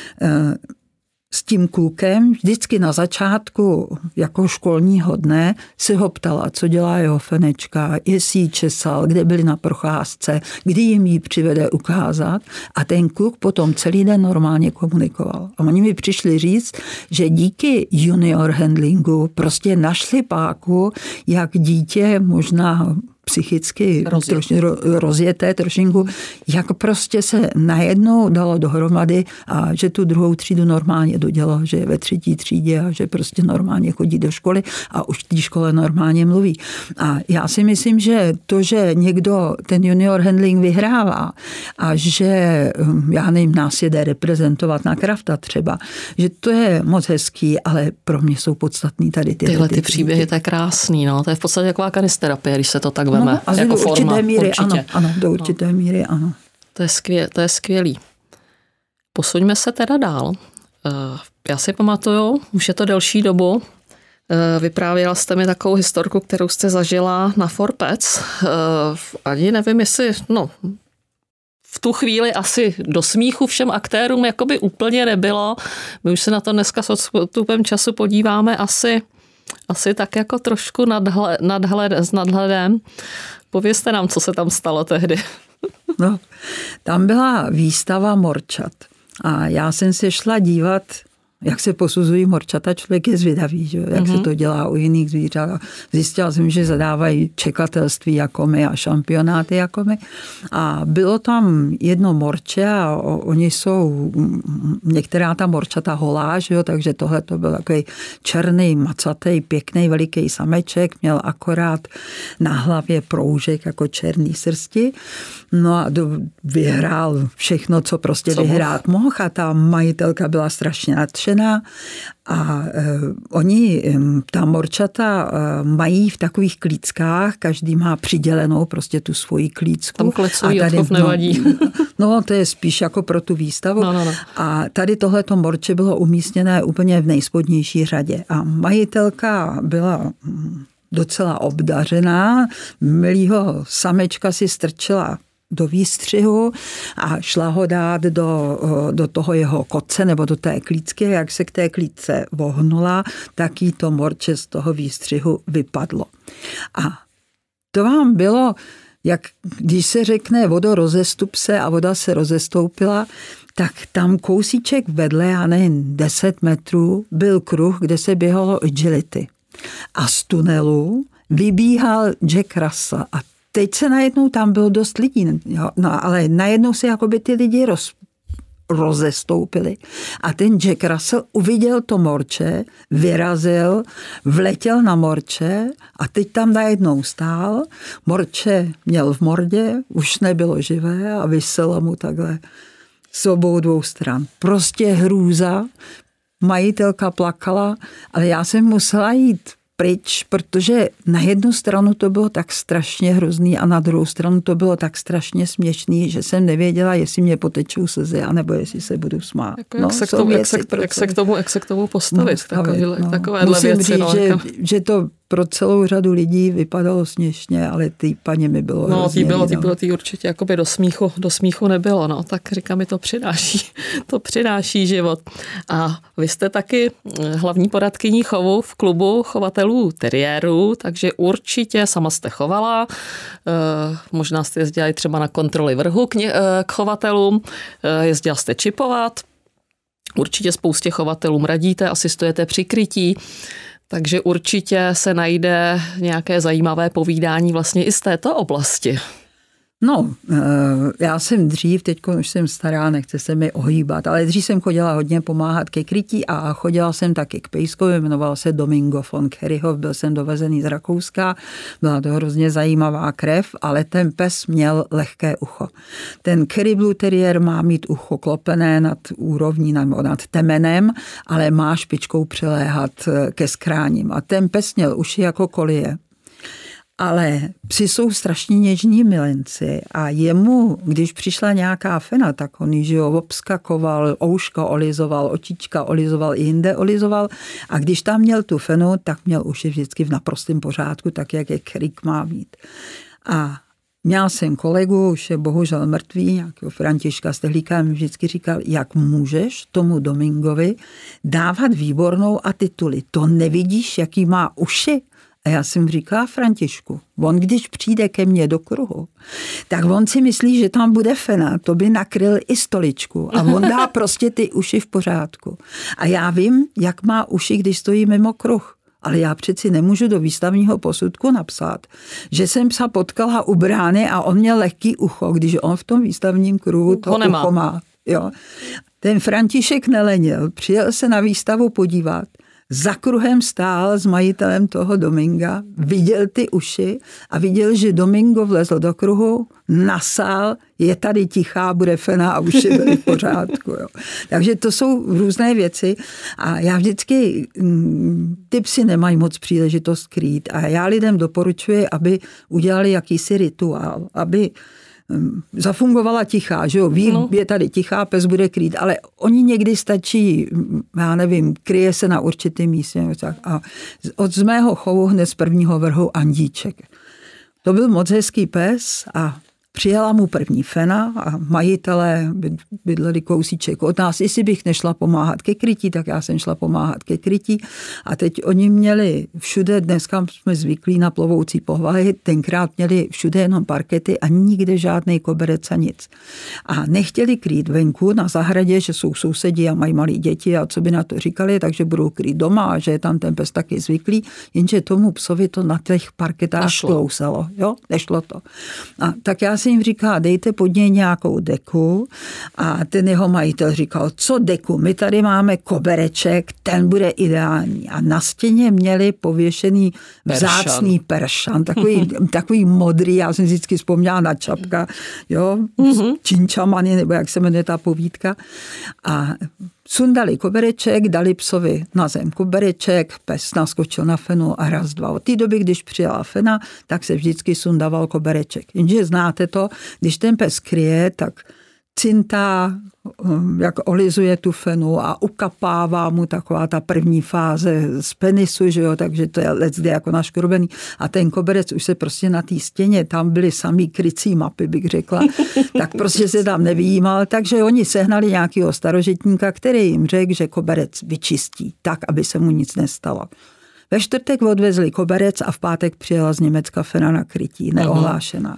s tím klukem vždycky na začátku jako školního dne si ho ptala, co dělá jeho Fenečka, jestli jí česal, kde byli na procházce, kdy jim ji přivede ukázat a ten kluk potom celý den normálně komunikoval. A oni mi přišli říct, že díky junior handlingu prostě našli páku, jak dítě možná psychicky rozjeté trošinku, jak prostě se najednou dalo dohromady a že tu 2. třídu normálně dodělalo, že je ve 3. třídě a že prostě normálně chodí do školy a už v té škole normálně mluví. A já si myslím, že to, že někdo ten junior handling vyhrává a že, já nevím, nás jede reprezentovat na Krafta třeba, že to je moc hezký, ale pro mě jsou podstatný tady tyhle ty příběhy, to je krásný, no, to je v podstatě taková kanisterapie, když se to tak veme. No, a jako do forma, určité míry, určitě. Ano, do určité míry, ano. To je skvělý. Posuňme se teda dál. Já si pamatuju, už je to delší dobu, vyprávěla jste mi takovou historku, kterou jste zažila na Forpec. Ani nevím, jestli, v tu chvíli asi do smíchu všem aktérům jakoby úplně nebylo. My už se na to dneska s odstupem času podíváme asi tak jako trošku s nadhledem, Povězte nám, co se tam stalo tehdy. No, tam byla výstava morčat a já jsem se šla dívat, jak se posuzují morčata, člověk je zvědavý, že? Jak se to dělá u jiných zvířat. Zjistila jsem, že zadávají čekatelství jako my a šampionáty jako my. A bylo tam jedno morče a oni jsou, některá ta morčata holá, že jo? Takže tohle to byl takový černý, macatý, pěkný, veliký sameček, měl akorát na hlavě proužek jako černý srsti. No a vyhrál všechno, co prostě vyhrát mohl. A ta majitelka byla strašně nadšená. A ta morčata mají v takových klíckách, každý má přidělenou prostě tu svoji klícku. Tam klecový odchov nevadí. No, to je spíš jako pro tu výstavu. No. A tady tohleto morče bylo umístěné úplně v nejspodnější řadě. A majitelka byla docela obdařená, milýho samečka si strčila do výstřihu a šla ho dát do toho jeho koce nebo do té klícky. Jak se k té klíčce vohnula, tak jí to morče z toho výstřihu vypadlo. A to vám bylo, jak když se řekne vodo rozestup se a voda se rozestoupila, tak tam kousíček vedle, já nevím, 10 metrů, byl kruh, kde se běhalo agility. A z tunelu vybíhal Jack Russell a teď se najednou tam bylo dost lidí, jo? No, ale najednou se jakoby ty lidi rozestoupili. A ten Jack Russell uviděl to morče, vyrazil, vletěl na morče a teď tam najednou stál. Morče měl v mordě, už nebylo živé a viselo mu takhle z obou dvou stran. Prostě hrůza, majitelka plakala, ale já jsem musela jít pryč, protože na jednu stranu to bylo tak strašně hrozný a na druhou stranu to bylo tak strašně směšný, že jsem nevěděla, jestli mě potečou slzy, anebo jestli se budu smát. Jako jak se k tomu postavit, takovéhle věci. Musím říct, že to pro celou řadu lidí vypadalo směšně, ale ty paní mi bylo hrozně. Tý určitě jakoby do smíchu nebylo, no, tak říkám, mi to přináší život. A vy jste taky hlavní poradkyní chovu v klubu chovatelů teriérů, takže určitě sama jste chovala, možná jste jezdila třeba na kontroly vrhu k chovatelům, jezdila jste čipovat, určitě spoustě chovatelům radíte, asistujete při krytí, takže určitě se najde nějaké zajímavé povídání vlastně i z této oblasti. No, já jsem dřív, teď už jsem stará, nechce se mi ohýbat, ale dřív jsem chodila hodně pomáhat ke krytí a chodila jsem taky k pejskovi, jmenoval se Domingo von Kerryhoff, byl jsem dovezený z Rakouska, byla to hrozně zajímavá krev, ale ten pes měl lehké ucho. Ten Kerry Blue Terrier má mít ucho klopené nad úrovní, nad temenem, ale má špičkou přiléhat ke skráním. A ten pes měl uši jako kolie. Ale psi jsou strašně něžní milenci a jemu, když přišla nějaká fena, tak on ji obskakoval, ouško olizoval, očička olizoval, i jinde olizoval a když tam měl tu fenu, tak měl uši vždycky v naprostém pořádku, tak jak je Krik má mít. A měl jsem kolegu, už je bohužel mrtvý, nějakého Františka Stehlíka, mi vždycky říkal, jak můžeš tomu Domingovi dávat výbornou atituli. To nevidíš, jaký má uši? A já jsem říkala Františku, on když přijde ke mně do kruhu, tak on si myslí, že tam bude fena, to by nakryl i stoličku a on dá prostě ty uši v pořádku. A já vím, jak má uši, když stojí mimo kruh. Ale já přeci nemůžu do výstavního posudku napsat, že jsem psa potkala u brány a on měl lehký ucho, když on v tom výstavním kruhu to ucho má. Jo. Ten František nelenil, přijel se na výstavu podívat, za kruhem stál s majitelem toho Dominga, viděl ty uši a viděl, že Domingo vlezl do kruhu, nasál, je tady tichá, bude fena a uši byly v pořádku. Jo. Takže to jsou různé věci a já vždycky, ty psy nemají moc příležitost krýt a já lidem doporučuji, aby udělali jakýsi rituál, aby zafungovala tichá, že jo, je tady tichá, pes bude krýt, ale oni někdy stačí, já nevím, kryje se na určitém místě a od mého chovu hned z prvního vrhu Andíček. To byl moc hezký pes a Přijela mu první fena a majitelé bydleli kousíček od nás. Jestli bych nešla pomáhat ke krytí, tak já jsem šla pomáhat ke krytí. A teď oni měli všude, dneska jsme zvyklí na plovoucí povahy, tenkrát měli všude jenom parkety a nikde žádný koberec a nic. A nechtěli krýt venku na zahradě, že jsou sousedi a mají malí děti a co by na to říkali, takže budou krýt doma a že je tam ten pes taky zvyklý, jenže tomu psovi to na těch parketách klousalo. Jo? Nešlo to. A tak já jsem jim říkala, dejte pod něj nějakou deku a ten jeho majitel říkal, co deku, my tady máme kobereček, ten bude ideální. A na stěně měli pověšený vzácný peršan, takový modrý, já jsem vždycky vzpomněla na Čapka, jo, Činčamany, nebo jak se jmenuje ta povídka. A sundali kobereček, dali psovi na zem kobereček, pes naskočil na fenu a raz, dva. Od té doby, když přijela fena, tak se vždycky sundaval kobereček. Jenže znáte to, když ten pes kryje, tak cintá, jak olizuje tu fenu a ukapává mu taková ta první fáze z penisu, že jo, takže to je leckde jako naškrobený. A ten koberec už se prostě na té stěně, tam byly samý krycí mapy, bych řekla, tak prostě se tam nevyjímal, takže oni sehnali nějakého starožitníka, který jim řekl, že koberec vyčistí, tak, aby se mu nic nestalo. Ve čtvrtek odvezli koberec a v pátek přijela z Německa fena na krytí, neohlášená.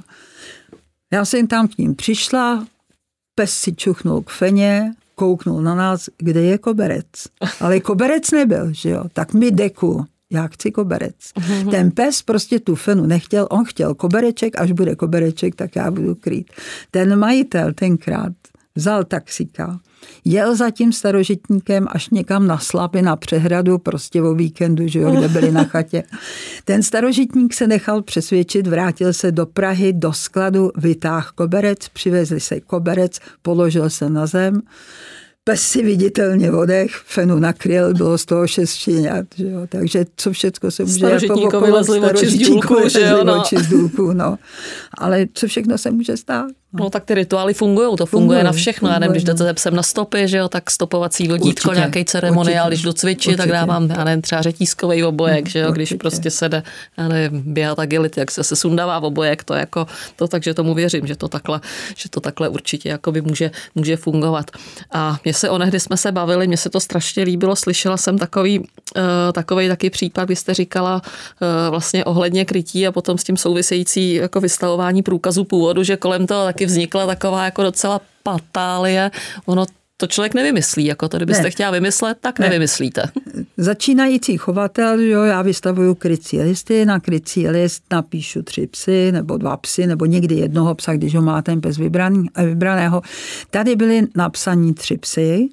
Já jsem tam k ním přišla, pes si čuchnul k feně, kouknul na nás, kde je koberec. Ale koberec nebyl, že jo? Tak mi deku, já chci koberec. Ten pes prostě tu fenu nechtěl, on chtěl kobereček, až bude kobereček, tak já budu krýt. Ten majitel tenkrát vzal taxíka, jel za tím starožitníkem až někam na Slapy, na přehradu, prostě o víkendu, že jo, kde byli na chatě. Ten starožitník se nechal přesvědčit, vrátil se do Prahy, do skladu, vytáhl koberec, přivezli se koberec, položil se na zem, pes si viditelně odech, fenu nakryl, bylo z toho 6 štěňat, že jo, takže co všecko se může jako okolo vylezli oči z důlku, že jo, no. Oči z důlku, no. Ale co všechno se může stát? No tak ty rituály fungujou, to funguje na všechno. Já nevím, když jdete psem na stopy, že jo, tak stopovací vodítko, nějaký ceremoniál, když jdu cvičit, tak dávám, já nevím, třeba řetízkový obojek, že jo, když prostě se jde, já nevím, běhat agility, jak se sundává obojek, to jako, to takže tomu věřím, že to takhle určitě jakoby může fungovat. A mně se onehdy jsme se bavili, mně se to strašně líbilo, slyšela jsem takový taky případ, kdy jste říkala vlastně ohledně krytí a potom s tím související jako vystavování průkazu původu, že kolem toho taky vznikla taková jako docela patálie. Ono to člověk nevymyslí, jako to, kdybyste chtěla vymyslet, tak nevymyslíte. Začínající chovatel, jo, já vystavuju krycí listy, na krycí list napíšu 3 psy, nebo 2 psy, nebo někdy jednoho psa, když ho má ten pes vybraného. Tady byly napsaní 3 psy.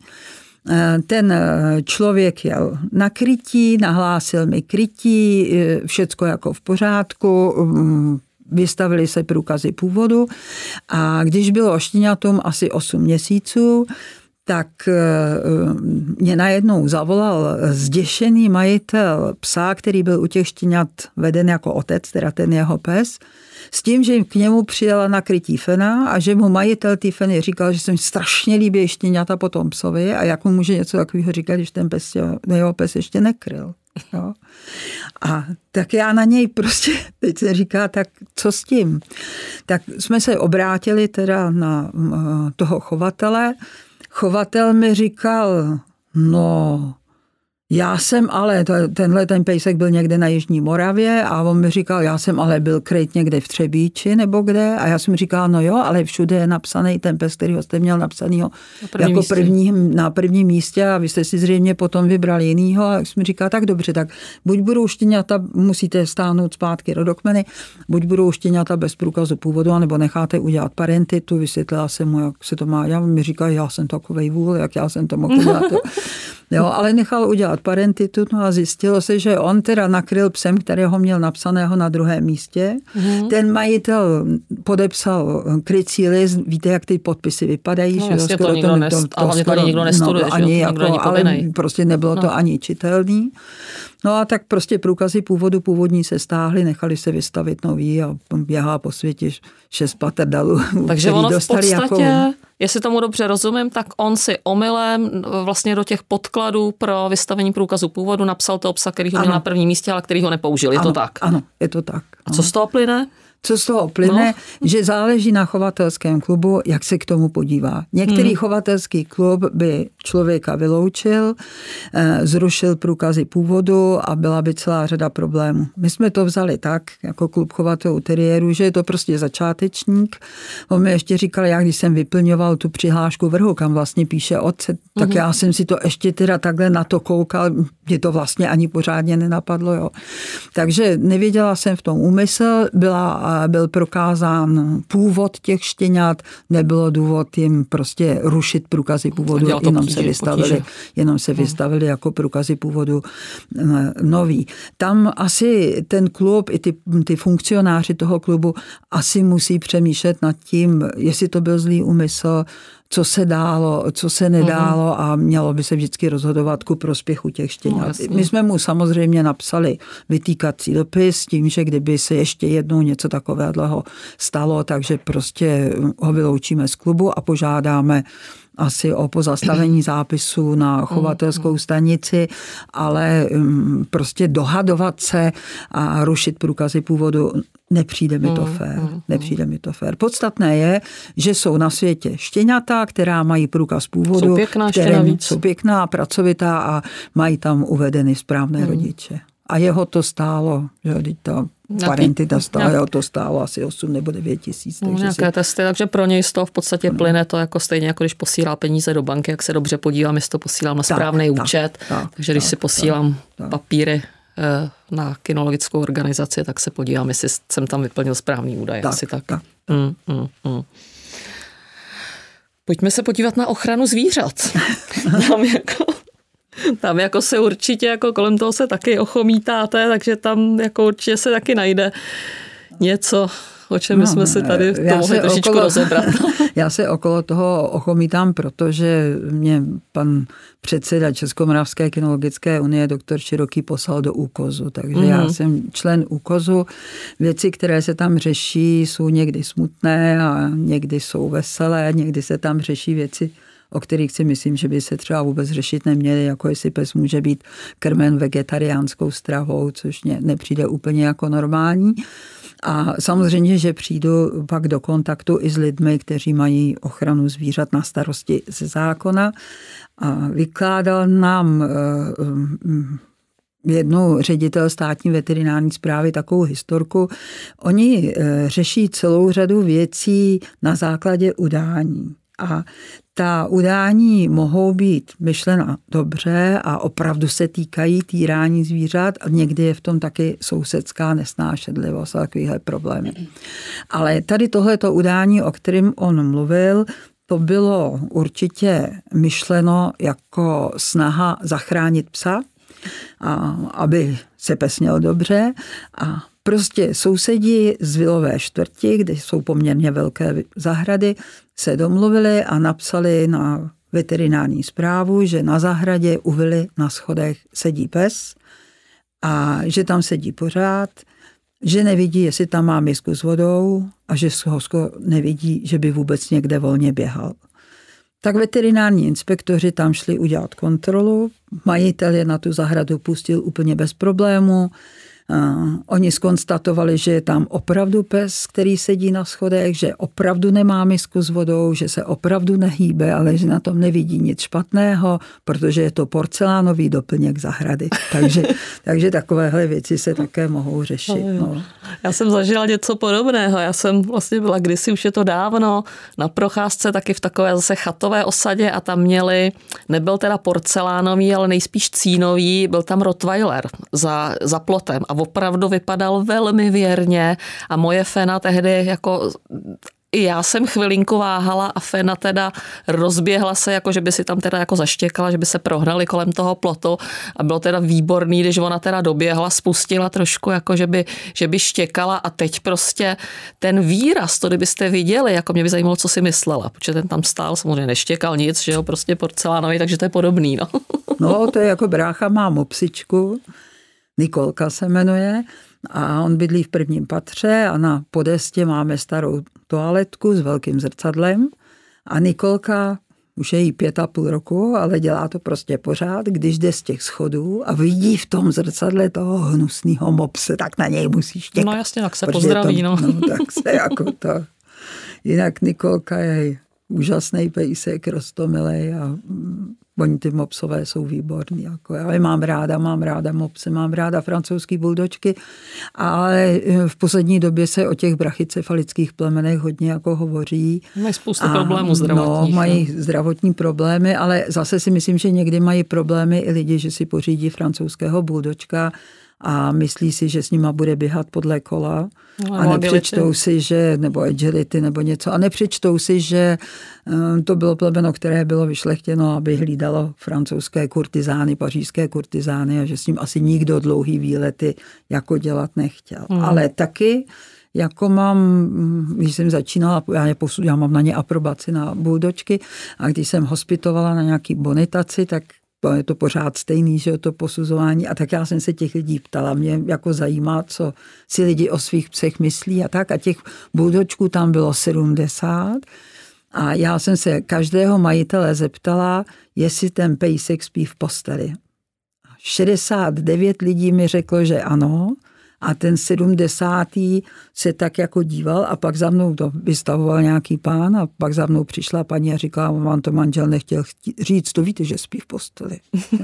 Ten člověk jel na krytí, nahlásil mi krytí, všecko jako v pořádku, vystavili se průkazy původu a když bylo štěňatům asi 8 měsíců, tak mě najednou zavolal zděšený majitel psa, který byl u těch štěňat veden jako otec, teda ten jeho pes, s tím, že k němu přijela na krytí fena a že mu majitel té feny říkal, že se mi strašně líbí štěňata po tom psovi a jak mu může něco takového říkat, když ten pes, jeho pes ještě nekryl. Jo. A tak já na něj prostě, teď se říká, tak co s tím? Tak jsme se obrátili teda na toho chovatele. Chovatel mi říkal, no, já jsem ale, ten pejsek byl někde na Jižní Moravě a on mi říkal, já jsem ale byl kryt někde v Třebíči nebo kde a já jsem říkal, no jo, ale všude je napsaný ten pes, kterýho jste měl napsanýho jako na prvním místě a vy jste si zřejmě potom vybrali jinýho a jsem říkal, tak dobře, tak buď budou štěňata, musíte stáhnout zpátky rodokmeny, buď budou štěňata bez průkazu původu, anebo necháte udělat parentitu, vysvětlila jsem mu, jak se to má, já mi říkal, já jsem takovej vůl, jak já jsem to mohl udělat. Jo, ale nechal udělat parentitu, no a zjistilo se, že on teda nakryl psem, kterého měl napsaného na druhém místě. Ten majitel podepsal krycí list, víte, jak ty podpisy vypadají. No, že to nikdo nikdo nestuduje, no, ani jako, ale prostě nebylo to ani čitelný. No a tak prostě průkazy původní se stáhly, nechali se vystavit nový a běhá po světě 6 patrdalů. Takže ono v podstatě, jestli tomu dobře rozumím, tak on si omylem vlastně do těch podkladů pro vystavení průkazu původu napsal toho psa, který ho měl na prvním místě, ale který ho nepoužil. Je to tak? Ano, je to tak. A co z toho plyne? Co z toho plyne, že záleží na chovatelském klubu, jak se k tomu podívá. Některý chovatelský klub by člověka vyloučil, zrušil průkazy původu a byla by celá řada problémů. My jsme to vzali tak, jako klub chovatelů teriérů, že je to prostě začátečník. On mi ještě říkal, já když jsem vyplňoval tu přihlášku vrhu, kam vlastně píše otce, tak já jsem si to ještě teda takhle na to koukal, mě to vlastně ani pořádně nenapadlo. Jo. Takže nevěděla jsem v tom úmysl, byl prokázán původ těch štěňat, nebylo důvod jim prostě rušit průkazy původu, jenom se vystavili jako průkazy původu nový. Tam asi ten klub i ty funkcionáři toho klubu asi musí přemýšlet nad tím, jestli to byl zlý úmysl, co se dálo, co se nedálo a mělo by se vždycky rozhodovat ku prospěchu těch štěňat. My jsme mu samozřejmě napsali vytýkací dopis s tím, že kdyby se ještě jednou něco takového stalo, takže prostě ho vyloučíme z klubu a požádáme asi o pozastavení zápisu na chovatelskou stanici, ale prostě dohadovat se a rušit průkazy původu nepřijde mi to fér. Podstatné je, že jsou na světě štěňata, která mají průkaz původu, jsou pěkná, pracovitá a mají tam uvedeny správné rodiče. A jeho to stálo, že to parentita jeho to stálo asi 8 nebo 9 tisíc. Nějaké testy, takže pro něj z toho v podstatě plyne to jako stejně, jako když posílá peníze do banky, jak se dobře podívám, jestli to posílám na správný účet. Takže když si posílám papíry na kynologickou organizaci, tak se podívám, jestli jsem tam vyplnil správný údaj. Asi tak. Pojďme se podívat na ochranu zvířat. Tam jako se určitě, jako kolem toho se taky ochomítáte, takže tam jako určitě se taky najde něco, o čem my jsme si tady to mohli trošičku rozebrat. Já se okolo toho ochomítám, protože mě pan předseda Českomoravské kynologické unie, doktor Široký, poslal do ÚKOZu. Takže já jsem člen ÚKOZu. Věci, které se tam řeší, jsou někdy smutné a někdy jsou veselé, někdy se tam řeší věci, o kterých si myslím, že by se třeba vůbec řešit neměly, jako jestli pes může být krmen vegetariánskou stravou, což mě nepřijde úplně jako normální. A samozřejmě, že přijdu pak do kontaktu i s lidmi, kteří mají ochranu zvířat na starosti ze zákona. A vykládal nám jednou ředitel státní veterinární správy takovou historku. Oni řeší celou řadu věcí na základě udání. A ta udání mohou být myšlena dobře a opravdu se týkají týrání zvířat a někdy je v tom taky sousedská nesnášenlivost a takovýhle problémy. Ale tady tohleto udání, o kterém on mluvil, to bylo určitě myšleno jako snaha zachránit psa, aby se pes měl dobře a prostě sousedí z vilové čtvrti, kde jsou poměrně velké zahrady, se domluvili a napsali na veterinární správu, že na zahradě u vily na schodech sedí pes a že tam sedí pořád, že nevidí, jestli tam má misku s vodou a že nevidí, že by vůbec někde volně běhal. Tak veterinární inspektoři tam šli udělat kontrolu, majitel je na tu zahradu pustil úplně bez problému. Oni zkonstatovali, že je tam opravdu pes, který sedí na schodech, že opravdu nemá misku s vodou, že se opravdu nehýbe, ale že na tom nevidí nic špatného, protože je to porcelánový doplněk zahrady. Takže takovéhle věci se také mohou řešit. No. Já jsem zažila něco podobného. Já jsem vlastně byla kdysi, už je to dávno, na procházce taky v takové zase chatové osadě a tam nebyl teda porcelánový, ale nejspíš cínový, byl tam rottweiler za plotem a opravdu vypadal velmi věrně a moje Fena tehdy jako i já jsem chvilinku váhala a Fena teda rozběhla se, jako že by si tam teda jako zaštěkala, že by se prohnali kolem toho plotu a bylo teda výborný, když ona teda doběhla, spustila trošku, jako že by štěkala a teď prostě ten výraz, to kdybyste viděli, jako mě by zajímalo, co si myslela, protože ten tam stál, samozřejmě neštěkal nic, že jo, prostě porcelánový, takže to je podobný, no. No, to je jako brácha má mopsičku, Nikolka se jmenuje a on bydlí v prvním patře a na podestě máme starou toaletku s velkým zrcadlem a Nikolka už je jí 5,5 roku, ale dělá to prostě pořád, když jde z těch schodů a vidí v tom zrcadle toho hnusného mopse, tak na něj musíš těkat. No jasně, tak se pozdraví. No tak se jako to. Jinak Nikolka je úžasný pejsek, roztomilej a oni ty mopsové jsou výborní. Jako já je mám ráda mopse, mám ráda francouzský buldočky, ale v poslední době se o těch brachycefalických plemenech hodně jako hovoří. Mají spoustu problémů zdravotních. No, mají zdravotní problémy, ale zase si myslím, že někdy mají problémy i lidi, že si pořídí francouzského buldočka a myslí si, že s nima bude běhat podle kola a nepřečtou si, že, nebo agility nebo něco, a nepřečtou si, že to bylo plemeno, které bylo vyšlechtěno, aby hlídalo francouzské kurtizány, pařížské kurtizány a že s ním asi nikdo dlouhý výlety jako dělat nechtěl. Ale taky jako mám, když jsem začínala, já mám na ně aprobaci na buldočky a když jsem hospitovala na nějaký bonitaci, tak je to pořád stejný, že to posuzování. A tak já jsem se těch lidí ptala. Mě jako zajímá, co si lidi o svých psech myslí a tak. A těch buldočků tam bylo 70. A já jsem se každého majitele zeptala, jestli ten pejsek spí v posteli. 69 lidí mi řeklo, že ano. A ten 70. se tak jako díval a pak za mnou to vystavoval nějaký pán a pak za mnou přišla paní a říkala, vám to manžel nechtěl říct, to víte, že spí v posteli.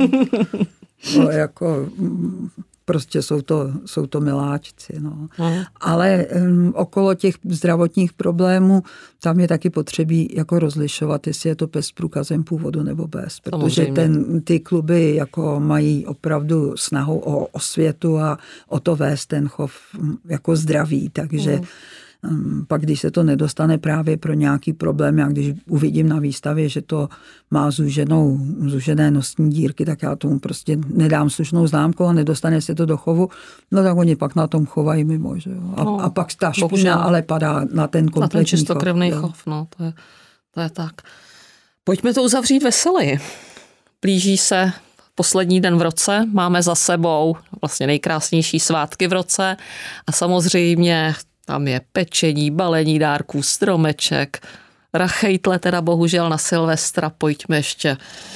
To jako, prostě jsou to miláčci. No. Ale okolo těch zdravotních problémů tam je taky potřebí jako rozlišovat, jestli je to pes s průkazem původu nebo bez. Protože ty kluby jako mají opravdu snahu o osvětu a o to vést ten chov jako zdravý. Takže pak, když se to nedostane právě pro nějaký problém, já když uvidím na výstavě, že to má zúžené nosní dírky, tak já tomu prostě nedám slušnou známku a nedostane se to do chovu, no tak oni pak na tom chovají mimo. Že jo? A pak ta špína ale padá na ten kompletní chov. Na ten čistokrevný chov, no, to je tak. Pojďme to uzavřít veseleji. Blíží se poslední den v roce, máme za sebou vlastně nejkrásnější svátky v roce a samozřejmě tam je pečení, balení dárků, stromeček, rachejtle teda bohužel na Silvestra. Pojďme ještě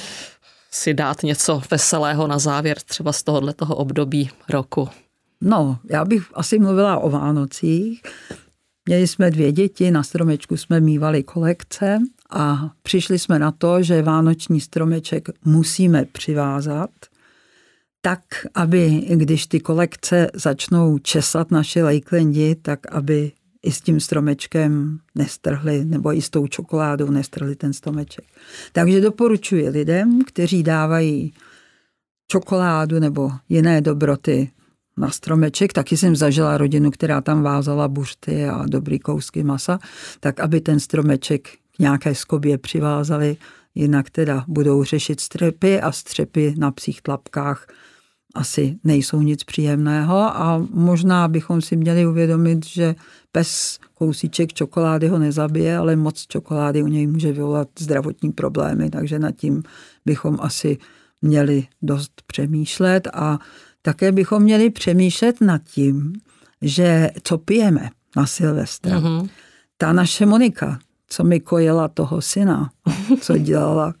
si dát něco veselého na závěr třeba z tohoto období roku. No, já bych asi mluvila o Vánocích. Měli jsme 2 děti, na stromečku jsme mívali kolekce a přišli jsme na to, že vánoční stromeček musíme přivázat, tak, aby když ty kolekce začnou česat naše lejklendi, tak aby i s tím stromečkem nestrhli, nebo i s tou čokoládou nestrhli ten stromeček. Takže doporučuji lidem, kteří dávají čokoládu nebo jiné dobroty na stromeček, taky jsem zažila rodinu, která tam vázala buřty a dobrý kousky masa, tak aby ten stromeček k nějaké skobě přivázali, jinak teda budou řešit střepy a střepy na psích tlapkách asi nejsou nic příjemného a možná bychom si měli uvědomit, že pes kousíček čokolády ho nezabije, ale moc čokolády u něj může vyvolat zdravotní problémy, takže nad tím bychom asi měli dost přemýšlet a také bychom měli přemýšlet nad tím, že co pijeme na Silvestra. Ta naše Monika, co mi kojela toho syna, co dělala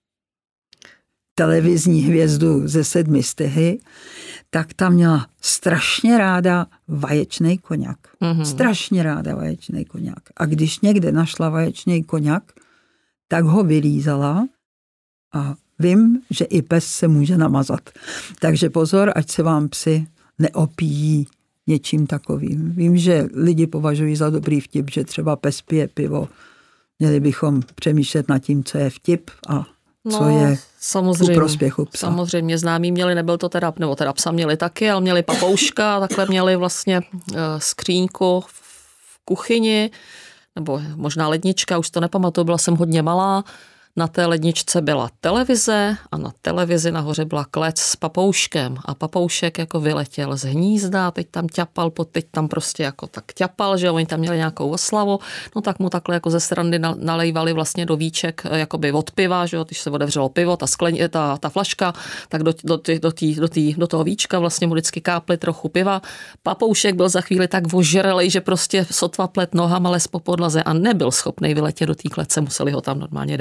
televizní hvězdu ze 7 stehy, tak tam měla strašně ráda vaječný koňak. Strašně ráda vaječný koňak. A když někde našla vaječný koňak, tak ho vylízala a vím, že i pes se může namazat. Takže pozor, ať se vám psi neopíjí něčím takovým. Vím, že lidi považují za dobrý vtip, že třeba pes pije pivo. Měli bychom přemýšlet nad tím, co je vtip a co je ku prospěchu psa. Samozřejmě známí měli, nebyl to teda, nebo teda psa měli taky, ale měli papouška a takhle měli vlastně skříňku v kuchyni, nebo možná lednička, už to nepamatuju, byla jsem hodně malá. Na té ledničce byla televize a na televizi nahoře byla klec s papouškem a papoušek jako vyletěl z hnízda, teď tam ťapal, teď tam prostě jako tak ťapal, že oni tam měli nějakou oslavu, no tak mu takhle jako ze srandy nalejvali vlastně do víček jakoby od piva, že jo, když se otevřelo pivo, ta flaška, tak do toho víčka vlastně mu vždycky kápli trochu piva. Papoušek byl za chvíli tak ožralej, že prostě sotva plet nohama les po podlaze a nebyl schopnej vyletět do té klece, museli ho tam normálně dát, jo.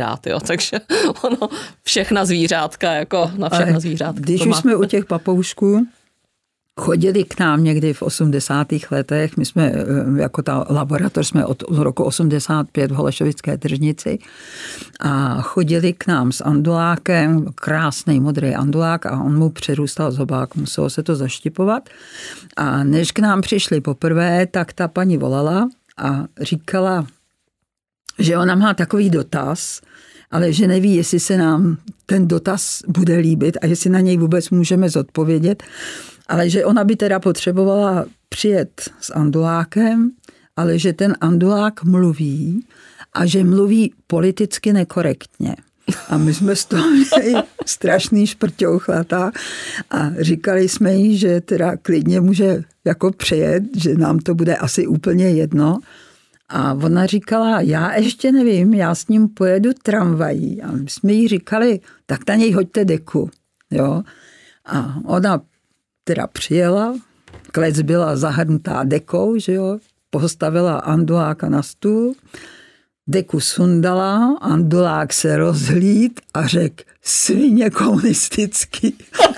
takže ono všechna zvířátka, jako na všechna zvířátka. Když už jsme u těch papoušků, chodili k nám někdy v 80. letech, my jsme, jako ta laboratoř jsme od roku 85 v Holešovické tržnici a chodili k nám s andulákem, krásný modrý andulák a on mu přerůstal zobák, muselo se to zaštipovat a než k nám přišli poprvé, tak ta paní volala a říkala, že ona má takový dotaz, ale že neví, jestli se nám ten dotaz bude líbit a jestli na něj vůbec můžeme zodpovědět, ale že ona by teda potřebovala přijet s andulákem, ale že ten andulák mluví a že mluví politicky nekorektně. A my jsme z toho měli strašný šprťouchlata a říkali jsme jí, že teda klidně může jako přijet, že nám to bude asi úplně jedno. A ona říkala, já ještě nevím, já s ním pojedu tramvají. A my jsme jí říkali, tak na něj hoďte deku. Jo? A ona teda přijela, klec byla zahrnutá dekou, že jo? Postavila anduláka na stůl, deku sundala, andulák se rozhlíd a řekl, svině komunistický.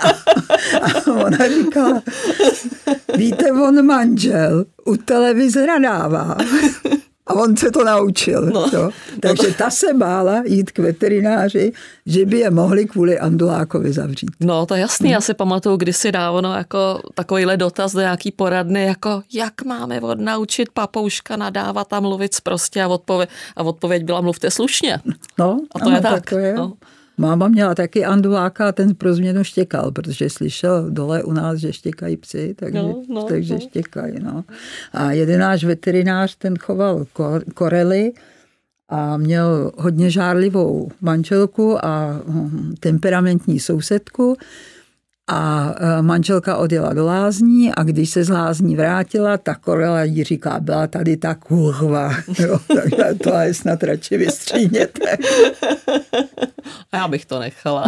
A ona říkala, víte, on manžel u televize nadává. A on se to naučil. No. Takže ta se bála jít k veterináři, že by je mohli kvůli andulákovi zavřít. No to jasný, já si pamatuju kdysi dávno jako takovýhle dotaz do nějaký poradny, jako jak máme odnaučit papouška nadávat a mluvit sprostě a odpověď byla mluvte slušně. No, a to je tak. To je. No. Máma měla taky anduláka a ten pro změnu štěkal, protože slyšel dole u nás, že štěkají psy, takže štěkají. No. A jeden náš veterinář, ten choval korely a měl hodně žárlivou manželku a temperamentní sousedku. A manželka odjela do lázní a když se z lázní vrátila, ta korela jí říká, byla tady ta kurva. Takže to je snad radši vystříněte. A já bych to nechala.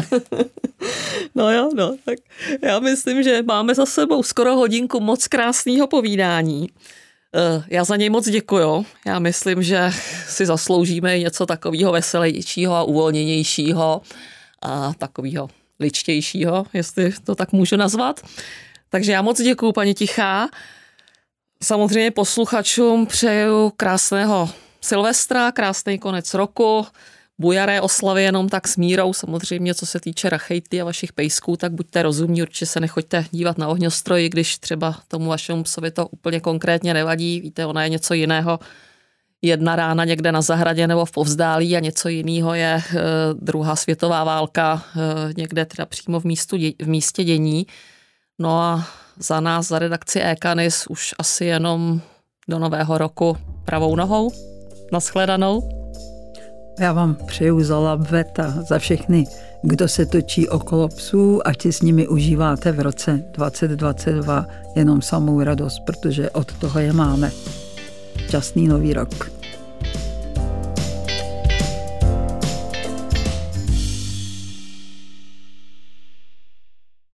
No, tak já myslím, že máme za sebou skoro hodinku moc krásného povídání. Já za něj moc děkuju. Já myslím, že si zasloužíme něco takového veselějšího a uvolněnějšího a takového ličtějšího, jestli to tak můžu nazvat. Takže já moc děkuju, paní Tichá. Samozřejmě posluchačům přeju krásného Silvestra, krásný konec roku, bujaré oslavy jenom tak s mírou. Samozřejmě, co se týče rachejty a vašich pejsků, tak buďte rozumní, určitě se nechoďte dívat na ohňostroj, když třeba tomu vašemu psovi to úplně konkrétně nevadí. Víte, ona je něco jiného. Jedna rána někde na zahradě nebo v povzdálí a něco jiného je druhá světová válka někde teda přímo v místě dění. No a za nás, za redakci eCanis už asi jenom do nového roku pravou nohou. Naschledanou. Já vám přeju za labvet a za všechny, kdo se točí okolo psů, ať si s nimi užíváte v roce 2022 jenom samou radost, protože od toho je máme. Šťastný nový rok.